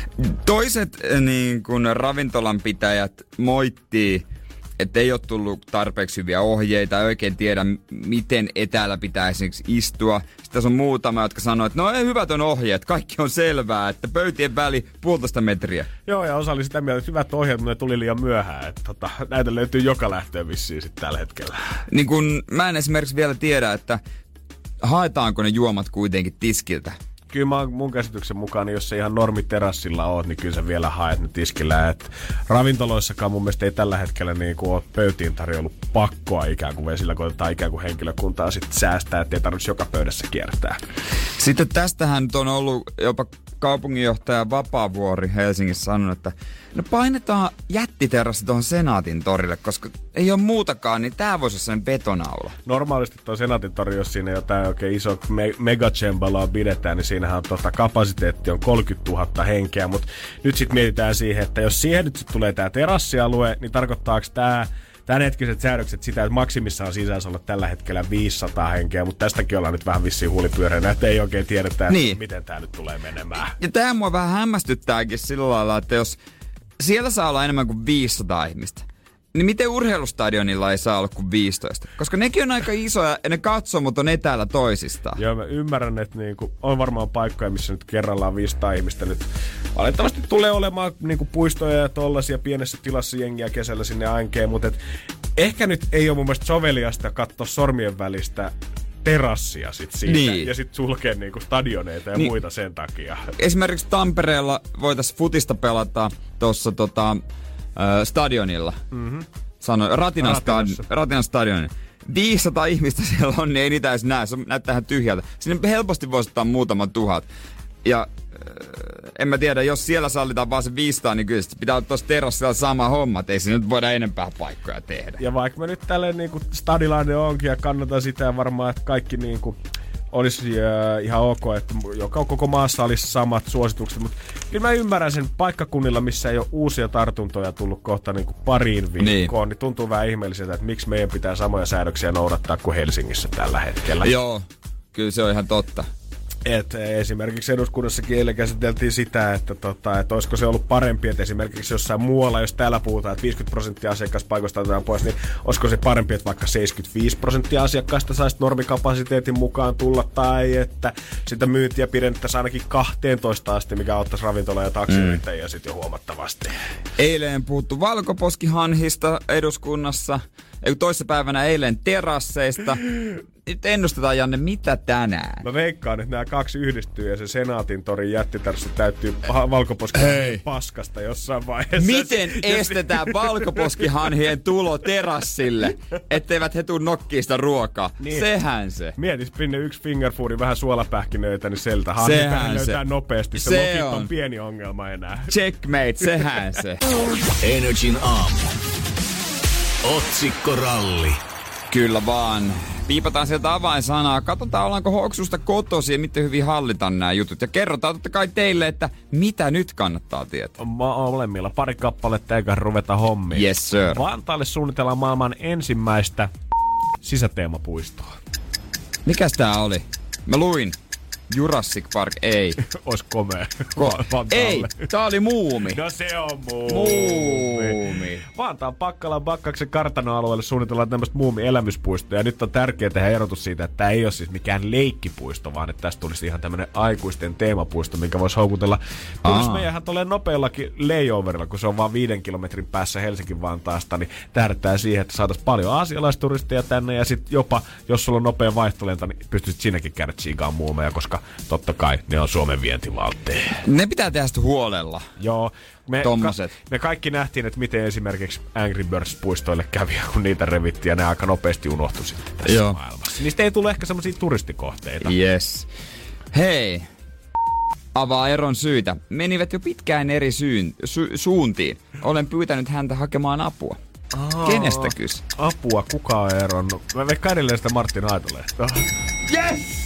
[SPEAKER 5] Toiset eh, niin kun ravintolanpitäjät moittii, että ei ole tullut tarpeeksi hyviä ohjeita, ei oikein tiedä, m- miten etäällä pitää esimerkiksi istua. Sitten tässä on muutama, jotka sanoo, että no ei, hyvät on ohjeet, kaikki on selvää, että pöytien väli puolitoista metriä.
[SPEAKER 4] Joo, ja osa oli sitä mieltä, että hyvät ohjeet, mutta ne tuli liian myöhään. Että tota, näitä löytyy joka lähtöön vissiin sitten tällä hetkellä.
[SPEAKER 5] Niin kun mä en esimerkiksi vielä tiedä, että haetaanko ne juomat kuitenkin tiskiltä.
[SPEAKER 4] Kyllä mä oon mun käsityksen mukaan, niin jos se ihan normiterassilla oot, niin kyllä sä vielä haet ne tiskillä. Et ravintoloissakaan mun mielestä ei tällä hetkellä niin kuin ole pöytiin tarjollut pakkoa ikään kuin, sillä koitetaan ikään kuin henkilökuntaa sit säästää, ettei tarvitse joka pöydässä kiertää.
[SPEAKER 5] Sitten tästähän nyt on ollut jopa kaupunginjohtaja Vapaavuori Helsingissä sanonut, että no painetaan jättiterassi tuohon Senaatin torille, koska ei ole muutakaan, niin tää voisi olla sellainen betonaula.
[SPEAKER 4] Normaalisti tuo Senaatin tori, jos siinä jotain oikein iso me- megachembalaa pidetään, niin siinähän on tota, kapasiteetti on kolmekymmentätuhatta henkeä, mutta nyt sitten mietitään siihen, että jos siihen nyt sit tulee tää terassialue, niin tarkoittaako tää tämänhetkiset säädökset sitä, että maksimissaan sisässä olla tällä hetkellä viisisataa henkeä, mutta tästäkin ollaan nyt vähän vissiin huulipyöreänä, että ei oikein tiedetä,
[SPEAKER 5] Niin.
[SPEAKER 4] miten tää nyt tulee menemään.
[SPEAKER 5] Ja tää mua vähän hämmästyttääkin sillä lailla, että jos siellä saa olla enemmän kuin viisisataa ihmistä, niin miten urheilustadionilla ei saa olla kuin viisitoista? Koska nekin on aika isoja ja ne katsomot on etäällä toisistaan.
[SPEAKER 4] Joo, mä ymmärrän, että niinku, on varmaan paikkoja, missä nyt kerrallaan viisisataa ihmistä nyt. Valitettavasti tulee olemaan niinku puistoja ja tollasia pienessä tilassa jengiä kesällä sinne ainkeen, mutta et, ehkä nyt ei ole mun mielestä soveliasta katsoa sormien välistä terassia sit siitä
[SPEAKER 5] Niin.
[SPEAKER 4] ja sit sulkea niinku stadioneita ja
[SPEAKER 5] Niin.
[SPEAKER 4] muita sen takia.
[SPEAKER 5] Esimerkiksi Tampereella voitaisiin futista pelata tuossa tota, äh, stadionilla. Mm-hmm. Sano, Ratinan,
[SPEAKER 4] Ratinassa.
[SPEAKER 5] stad- Ratinan stadionilla. viisisataa ihmistä siellä on, niin ei niitä edes näe. Se näyttää ihan tyhjältä. Sinne helposti voisi ottaa muutaman tuhat. Ja äh, en mä tiedä, jos siellä sallitaan vaan se viisisataa, niin kyllä sit pitää olla tuossa terassilla sama homma. Et ei se nyt voida enempää paikkoja tehdä.
[SPEAKER 4] Ja vaikka mä nyt tälleen niinku stadilainen onkin ja kannatan sitä varmaan, että kaikki niinku olisi äh, ihan ok, että joka koko maassa olisi samat suositukset, mutta kyllä mä ymmärrän sen paikkakunnilla, missä ei ole uusia tartuntoja tullut kohta niin kuin pariin viikkoon, niin. niin tuntuu vähän ihmeelliseltä, että miksi meidän pitää samoja säädöksiä noudattaa kuin Helsingissä tällä hetkellä.
[SPEAKER 5] Joo, kyllä se on ihan totta.
[SPEAKER 4] Et esimerkiksi eduskunnassakin eilen käsiteltiin sitä, että, tota, että olisiko se ollut parempi, että esimerkiksi jossain muualla, jos täällä puhutaan, että viisikymmentä prosenttia asiakaspaikoista otetaan pois, niin olisiko se parempi, että vaikka seitsemänkymmentäviisi prosenttia asiakkaista saisi normikapasiteetin mukaan tulla, tai että sitä myyntiä pidennettäisiin ainakin kahteentoista asti, mikä auttaisi ravintola- ja taksiyrittäjiä mm. sitten jo huomattavasti.
[SPEAKER 5] Eilen puhuttu valkoposkihanhista eduskunnassa, ei toissapäivänä eilen terasseista. Nyt ennustetaan, Janne, mitä tänään?
[SPEAKER 4] Mä veikkaan, että nämä kaksi yhdistyy ja se Senaatin torin jättitarssi täyttyy valkoposkihanhien paskasta jossain vaiheessa.
[SPEAKER 5] Miten estetään valkoposkihanhien tulo terassille, etteivät he tuu nokkiin sitä ruokaa? Niin. Sehän se.
[SPEAKER 4] Mietis pinne yksi fingerfoodin vähän suolapähkinöitä, niin sieltä hanhit löytää nopeasti. Se, se lokit on. on pieni ongelma enää.
[SPEAKER 5] Checkmate, sehän se.
[SPEAKER 3] Energin aamu. Otsikkoralli.
[SPEAKER 5] Kyllä vaan. Piipataan sieltä avainsanaa. Katsotaan, ollaanko hoksusta kotosi ja miten hyvin hallitaan nämä jutut. Ja kerrotaan totta kai teille, että mitä nyt kannattaa tietää.
[SPEAKER 4] Molemmilla pari kappaletta eikä ruveta hommiin.
[SPEAKER 5] Yes, sir.
[SPEAKER 4] Vantaalle suunnitellaan maailman ensimmäistä sisäteemapuistoa.
[SPEAKER 5] Mikäs tää oli? Mä luin. Jurassic Park, ei.
[SPEAKER 4] Ois komea.
[SPEAKER 5] Ko- ei, tää oli Muumi.
[SPEAKER 4] No se on Muumi.
[SPEAKER 5] Muumi.
[SPEAKER 4] Vantaan Pakkalan Bakkaksen kartanoalueelle suunnitellaan tämmöistä Muumi-elämyspuistoa. Ja nyt on tärkeää tehdä erotus siitä, että tää ei ole siis mikään leikkipuisto, vaan että tästä tulisi ihan tämmönen aikuisten teemapuisto, minkä voisi houkutella. Tulisi meidänhän tolleen nopeallakin layoverilla, kun se on vaan viiden kilometrin päässä Helsinki-Vantaasta, niin tähdätään siihen, että saataisiin paljon aasialaisturisteja tänne. Ja sit jopa, jos sulla on nopea vaihtolento, niin pystyisit sinnekin käydä tsiikaan muumeja, koska totta kai ne on Suomen vientivaltteja.
[SPEAKER 5] Ne pitää tehdä sitä huolella.
[SPEAKER 4] Joo. Me, ka- me kaikki nähtiin, että miten esimerkiksi Angry Birds-puistoille kävi, kun niitä revittiin ja ne aika nopeasti unohtui sitten tässä Joo. maailmassa. Niistä ei tule ehkä semmosia turistikohteita.
[SPEAKER 5] Yes. Hei. Avaa eron syitä. Menivät jo pitkään eri syyn, su- suuntiin. Olen pyytänyt häntä hakemaan apua. Aa, kenestä kys?
[SPEAKER 4] Apua, kuka on eronnut? Mä veikkaan edelleen sitä Martin Aitolehtoa.
[SPEAKER 5] Yes!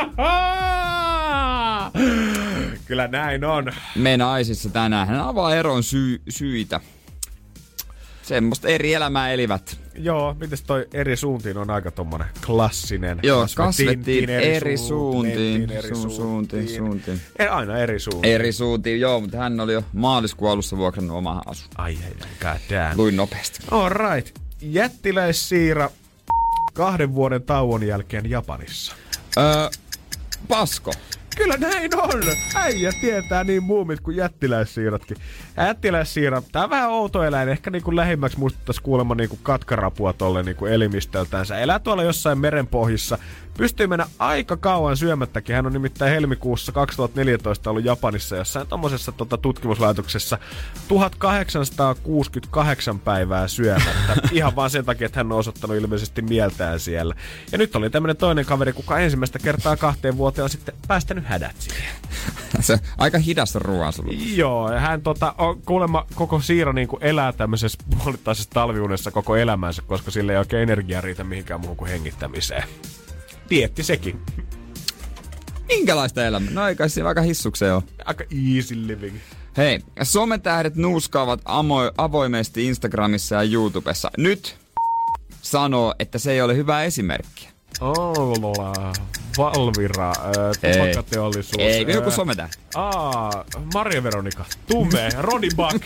[SPEAKER 4] Kyllä näin on.
[SPEAKER 5] Me naisissa tänään. Hän avaa eron sy- syitä. Semmoista eri elämää elivät.
[SPEAKER 4] Joo, mites toi eri suuntiin on aika tommonen klassinen.
[SPEAKER 5] Joo, kasvettiin eri, eri suuntiin. Eri suuntiin, suuntiin, suuntiin.
[SPEAKER 4] Ei, aina eri suuntiin.
[SPEAKER 5] Eri suuntiin, joo, mutta hän oli jo maaliskuun alussa vuokrannut omaa asun.
[SPEAKER 4] Ai ei, god damn.
[SPEAKER 5] Luin nopeasti.
[SPEAKER 4] All right. Jättiläissiira kahden vuoden tauon jälkeen Japanissa.
[SPEAKER 5] Öö, pasko.
[SPEAKER 4] Kyllä näin on. Äijä tietää niin muumit kuin jättiläissiiratkin. Jättiläissiira, tää on vähän outo eläin. Ehkä niinku lähimmäksi muistuttaisi kuulemma niinku katkarapua tolle niinku elimistöltänsä. Elää tuolla jossain merenpohjissa. Pystyy mennä aika kauan syömättäkin. Hän on nimittäin helmikuussa kaksituhattaneljätoista ollut Japanissa jossain tommosessa tota, tutkimuslaitoksessa tuhatkahdeksansataakuusikymmentäkahdeksan päivää syömättä. Ihan vaan sen takia, että hän on osoittanut ilmeisesti mieltään siellä. Ja nyt oli tämmönen toinen kaveri, kuka ensimmäistä kertaa kahteen vuoteen on sitten päästänyt hädät siihen.
[SPEAKER 5] Se aika hidasta ruoansulutus.
[SPEAKER 4] Joo, ja hän tota, on, kuulemma koko siira niin kuin elää tämmöisessä puolittaisessa talviunessa koko elämänsä, koska sille ei oikein energiaa riitä mihinkään muuhun kuin hengittämiseen. Dieetti sekin.
[SPEAKER 5] Minkälaista elämää? No ei kai siinä aika hissukseen ole.
[SPEAKER 4] Aika easy living.
[SPEAKER 5] Hei, sometähdet nuuskaavat amo- avoimesti Instagramissa ja YouTubessa. Nyt sanoo, että se ei ole hyvä esimerkki.
[SPEAKER 4] Olla, Valvira, tupakkateollisuus.
[SPEAKER 5] Ei, ei joku sometähti.
[SPEAKER 4] Aa, Maria Veronika, Tume, Roni Buck.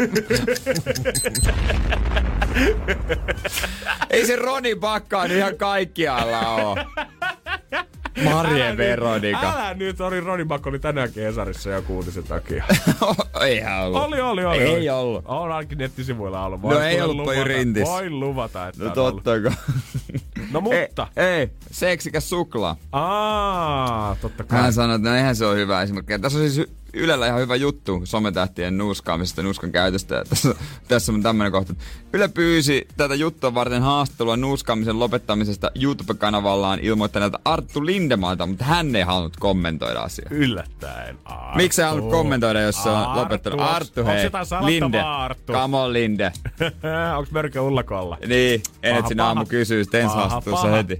[SPEAKER 5] Ei se Roni Buckkaan ihan kaikkialla oo. Marje Veronika.
[SPEAKER 4] Älä nyt, oli Roni Buck oli tänäänkin Hesarissa joku uutisen takia.
[SPEAKER 5] Eihän ollut.
[SPEAKER 4] Oli, oli, oli.
[SPEAKER 5] Ei oli. ollut.
[SPEAKER 4] On ainakin nettisivuilla ollut.
[SPEAKER 5] Voin no ei ollut toi rintis.
[SPEAKER 4] Voin luvata, että
[SPEAKER 5] no tottako.
[SPEAKER 4] No mutta.
[SPEAKER 5] Ei, ei, seksikäs suklaa.
[SPEAKER 4] Aa, totta kai.
[SPEAKER 5] Hän sanoi, että no eihän se ole hyvä esimerkki. Tässä on siis Ylellä ihan hyvä juttu sometähtien nuuskaamisesta ja nuuskan käytöstä. Tässä, tässä on tämmönen kohta. Yle pyysi tätä juttua varten haastattelua nuuskaamisen lopettamisesta YouTube-kanavallaan ilmoittaneelta Arttu Lindemalta, mutta hän ei halunnut kommentoida asiaa.
[SPEAKER 4] Yllättäen. Arttu.
[SPEAKER 5] Miksi sä halunnut kommentoida, jos se on lopettanut? Arttu, hei. Linde. Arttu? Come on, Linde.
[SPEAKER 4] Onks mörkö ullakolla?
[SPEAKER 5] Niin, Enetsin aamu kysyy sitten ensi haastattelussa heti.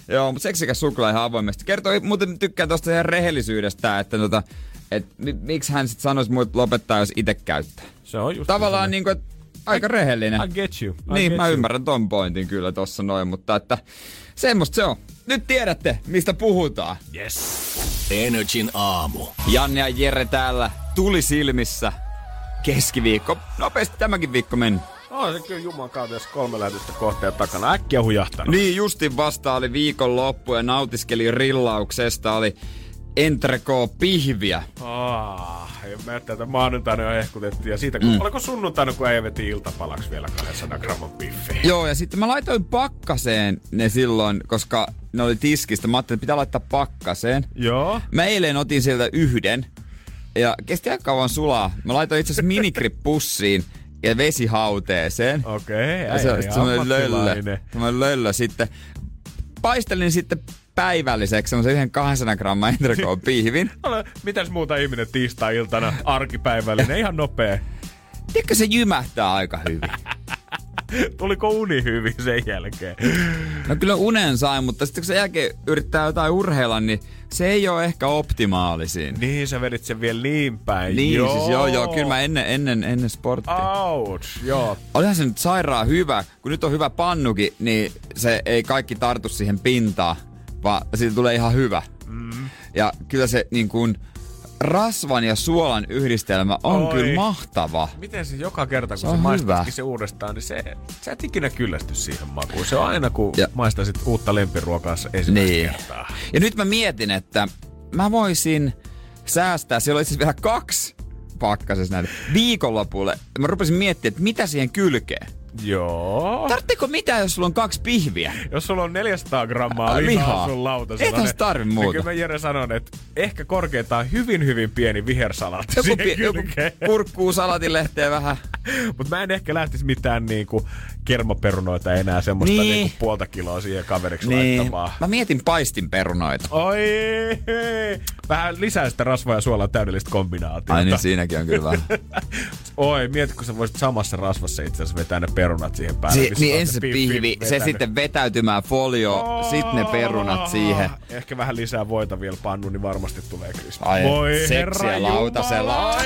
[SPEAKER 5] Joo, mutta seksikäs suklaa ihan avoimesti. Kertoo, muuten tykkään tuosta ihan rehellisyydestä, että tota, et, mi, miksi hän sit sanoisi muut lopettaa, jos itse käyttää. Se on just tavallaan niinku, että aika rehellinen.
[SPEAKER 4] I get you. I
[SPEAKER 5] niin,
[SPEAKER 4] get
[SPEAKER 5] mä
[SPEAKER 4] you.
[SPEAKER 5] ymmärrän ton pointin kyllä tossa noin, mutta että semmoista se on. Nyt tiedätte, mistä puhutaan.
[SPEAKER 4] Yes.
[SPEAKER 3] Energin aamu.
[SPEAKER 5] Janne ja Jere täällä, tuli silmissä. Keskiviikko. Nopeasti tämäkin viikko meni.
[SPEAKER 4] On se kyllä juman kautta, jos kolme lähetystä kohteen takana. Äkkiä hujahtanut.
[SPEAKER 5] Niin, justin vasta oli viikonloppu ja nautiskeli rillauksesta. Oli entrecot pihviä.
[SPEAKER 4] Ah, ja mä tätä maanantaina jo hehkutettiin. Ja siitä, kun, mm. oliko sunnuntaina, kun ei veti iltapalaksi vielä kaksisataa gramman piffiä.
[SPEAKER 5] Joo, ja sitten mä laitoin pakkaseen ne silloin, koska ne oli tiskistä. Mä ajattelin, että pitää laittaa pakkaseen.
[SPEAKER 4] Joo.
[SPEAKER 5] Mä eilen otin sieltä yhden. Ja kesti aika kauan sulaa. Mä laitoin itse asiassa minigrip-pussiin ja vesihauteeseen.
[SPEAKER 4] Okei,
[SPEAKER 5] okay,
[SPEAKER 4] äijä,
[SPEAKER 5] semmoinen löllö, semmoinen löllö sitten. Paistelin sitten päivälliseksi semmoisen yhden kaksisataa grammaa entrecot pihvin.
[SPEAKER 4] Mitäs muuta ihminen tiistai-iltana, arkipäivällinen, ihan nopea.
[SPEAKER 5] Tiedätkö, se jymähtää aika hyvin.
[SPEAKER 4] Tuliko uni hyvin sen jälkeen?
[SPEAKER 5] No kyllä unen sai, mutta sitten kun sen jälkeen yrittää jotain urheilla, niin se ei ole ehkä optimaalisin.
[SPEAKER 4] Niin, sä vedit sen vielä niin päin.
[SPEAKER 5] Niin,
[SPEAKER 4] joo.
[SPEAKER 5] siis joo, joo, kyllä mä ennen, ennen, ennen sporttia.
[SPEAKER 4] Ouch, joo.
[SPEAKER 5] Olihan se nyt sairaan hyvä. Kun nyt on hyvä pannukin, niin se ei kaikki tartu siihen pintaan, vaan siitä tulee ihan hyvä. Mm. Ja kyllä se niin kuin rasvan ja suolan yhdistelmä on Oi. kyllä mahtava.
[SPEAKER 4] Miten se joka kerta, kun se, se maistatkin se uudestaan, niin se, sä et ikinä kyllästy siihen makuun. Se on aina, kun ja. maistaisit uutta lempiruokaa ensimmäistä niin. kertaa.
[SPEAKER 5] Ja nyt mä mietin, että mä voisin säästää, siellä on itse asiassa vielä kaksi pakkasessa näitä viikonlopulle. Mä rupesin miettimään, että mitä siihen kylkee.
[SPEAKER 4] Joo.
[SPEAKER 5] Tarvitseeko mitään, jos sulla on kaksi pihviä?
[SPEAKER 4] Jos sulla on neljäsataa grammaa lihaa sun lautasella.
[SPEAKER 5] Ei tässä tarvi muuta.
[SPEAKER 4] Kyllä mä Jere sanon, että ehkä korkeintaan hyvin hyvin pieni vihersalaatti
[SPEAKER 5] joku,
[SPEAKER 4] siihen
[SPEAKER 5] joku kurkkuu salatinlehteä vähän.
[SPEAKER 4] Mut mä en ehkä lähtis mitään niinku kermaperunoita enää semmoista niin. niinku puolta kiloa siihen kaveriksi niin. laittamaan.
[SPEAKER 5] Mä mietin paistinperunoita.
[SPEAKER 4] Oi, hei. Vähän lisää sitä rasvaa ja suolaa täydellistä kombinaatiota.
[SPEAKER 5] Ai niin, siinäkin on kyllä vähän.
[SPEAKER 4] Oi, mieti kun sä voisit samassa rasvassa itse asiassa vetää ne perunat siihen päälle.
[SPEAKER 5] Si- niin ensin se pihvi, se sitten vetäytymään folio, oh, sitten ne perunat siihen.
[SPEAKER 4] Ehkä vähän lisää voita vielä pannuun, niin varmasti tulee krispaa.
[SPEAKER 5] Voi seksiä lautasella.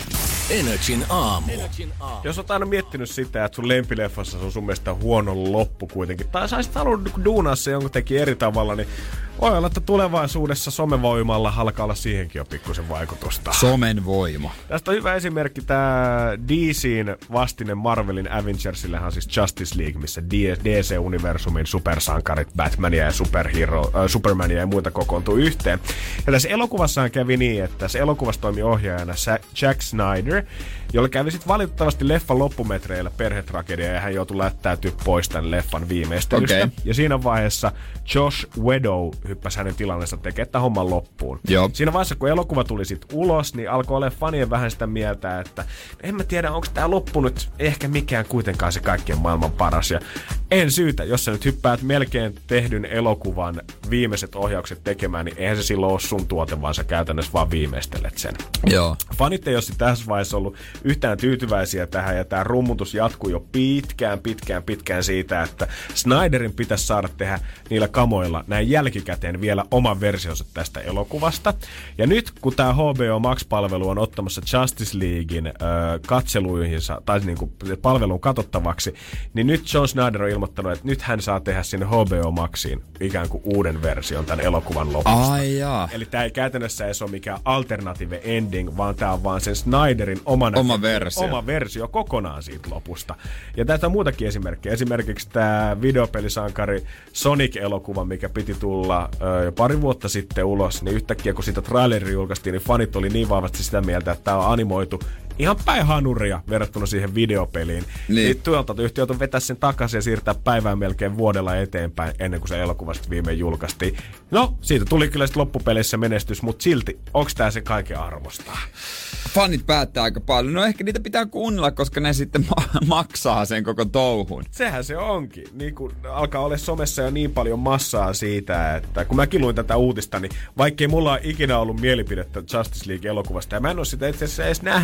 [SPEAKER 3] Energin aamu.
[SPEAKER 4] Jos oot aina miettinyt sitä, että sun lempileffassa se on sun mielestä huono loppu kuitenkin, tai saisit halunnut duunaa se jonkun teki eri tavalla, niin voi olla, että tulevaisuudessa somevoimalla alkaa olla siihenkin jo pikkusen vaikutusta.
[SPEAKER 5] Somen voima.
[SPEAKER 4] Tästä on hyvä esimerkki tää D C:n vastine Marvelin Avengersillehan siis Justice League, missä D C-universumin supersankarit, Batmania ja Superhero, äh, Supermania ja muita kokoontuu yhteen. Ja tässä elokuvassahan kävi niin, että se elokuvassa toimi ohjaajana Jack Snyder, jolle kävi sitten valitettavasti leffan loppumetreillä perhetragedia ja hän joutui lättäytyä pois tämän leffan viimeistelystä. Okay. Ja siinä vaiheessa Josh Whedon hyppäsi hänen tilanneensa tekemään tämän homman loppuun.
[SPEAKER 5] Joo.
[SPEAKER 4] Siinä vaiheessa, kun elokuva tuli sitten ulos, niin alkoi olla fanien vähän sitä mieltä, että en mä tiedä, onko tämä loppu nyt ehkä mikään kuitenkaan se kaikkien maailman paras. Ja en syytä, jos sä nyt hyppäät melkein tehdyn elokuvan viimeiset ohjaukset tekemään, niin eihän se silloin ole sun tuote, vaan sä käytännössä vaan viimeistelet sen.
[SPEAKER 5] Joo.
[SPEAKER 4] Fanit ei ole tässä vaiheessa ollut yhtään tyytyväisiä tähän, ja tämä rummutus jatkuu jo pitkään, pitkään, pitkään siitä, että Snyderin pitäisi saada tehdä niillä kamoilla näin jälkikäteen vielä oman versionsa tästä elokuvasta. Ja nyt, kun tämä H B O Max-palvelu on ottamassa Justice Leaguein äh, katseluihinsa, tai niin kuin palvelun katsottavaksi, niin nyt John Snyder on ilmoittanut, että nyt hän saa tehdä sinne H B O Maxiin ikään kuin uuden version tämän elokuvan lopusta.
[SPEAKER 5] Ai jaa.
[SPEAKER 4] Eli tämä ei käytännössä edes ole mikään alternative ending, vaan tämä on vaan sen Snyderin oma,
[SPEAKER 5] oma, versio.
[SPEAKER 4] oma versio kokonaan siitä lopusta. Ja tästä on muutakin esimerkkejä. Esimerkiksi tämä videopelisankari Sonic-elokuva, mikä piti tulla ö, jo pari vuotta sitten ulos, niin yhtäkkiä kun sitä traileri julkaistiin, niin fanit oli niin vahvasti sitä mieltä, että tämä on animoitu ihan päin hanuria verrattuna siihen videopeliin. Niin. Niin tuolta yhtiö joutui vetää sen takaisin ja siirtää päivää melkein vuodella eteenpäin ennen kuin se elokuva sitten viimein julkaistiin. No, siitä tuli kyllä sitten loppupeleissä menestys, mutta silti, onko tämä se kaiken arvosta?
[SPEAKER 5] Fanit päättää aika paljon. No ehkä niitä pitää kuunnella, koska ne sitten ma- maksaa sen koko touhun.
[SPEAKER 4] Sehän se onkin. Niin kun alkaa olla somessa jo niin paljon massaa siitä, että kun mäkin luin tätä uutista, niin vaikkei mulla ole ikinä ollut mielipidettä Justice League-elokuvasta, ja mä en ole sitä itse asiassa edes nähnyt, niin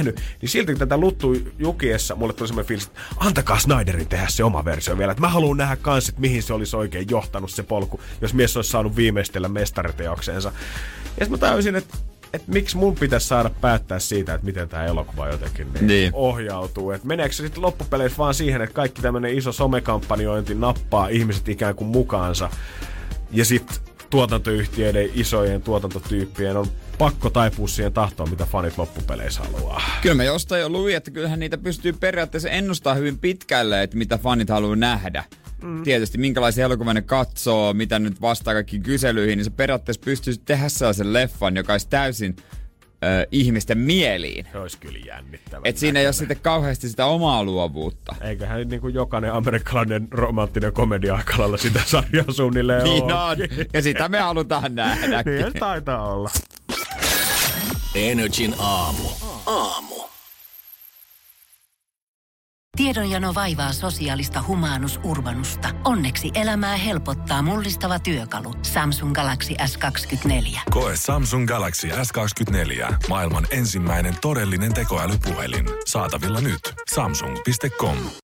[SPEAKER 4] Niin silti kun tätä luttuu jukiessa, mulle tuli semmoinen fiilis, että antakaa Snyderin tehdä se oma versio vielä. Että mä haluan nähdä kans, että mihin se olisi oikein johtanut se polku, jos mies olisi saanut viimeistellä mestariteokseensa. Ja sitten mä tajusin, että että miksi mun pitäisi saada päättää siitä, että miten tämä elokuva jotenkin niin niin. ohjautuu. Että meneekö se sitten loppupeleissä vaan siihen, että kaikki tämmöinen iso somekampanjointi nappaa ihmiset ikään kuin mukaansa. Ja sitten tuotantoyhtiöiden, isojen tuotantotyyppien on pakko taipua siihen tahtoon, mitä fanit loppupeleissä haluaa.
[SPEAKER 5] Kyllä mä jostain jo luin, että kyllähän niitä pystyy periaatteessa ennustamaan hyvin pitkälle, että mitä fanit haluaa nähdä. Mm. Tietysti minkälaisia elokuvia ne katsoo, mitä nyt vastaa kaikkiin kyselyihin, niin se periaatteessa pystyisi tehdä sellaisen leffan, joka olisi täysin ö, ihmisten mieliin.
[SPEAKER 4] Se olisi kyllä jännittävä.
[SPEAKER 5] Että siinä ei ole sitten kauheasti sitä omaa luovuutta.
[SPEAKER 4] Eiköhän niin kuin jokainen amerikkalainen romanttinen komedia aikalalla sitä sarjaa suunnilleen
[SPEAKER 5] niin on. Ja sitä me halutaan nähdä.
[SPEAKER 4] Niin taitaa olla.
[SPEAKER 3] Energin aamu. Aamu.
[SPEAKER 1] Tiedonjano vaivaa sosiaalista humanus urbanusta. Onneksi elämää helpottaa mullistava työkalu. Samsung Galaxy S kaksikymmentäneljä.
[SPEAKER 2] Koe Samsung Galaxy S kaksikymmentäneljä. Maailman ensimmäinen todellinen tekoälypuhelin. Saatavilla nyt. Samsung piste com.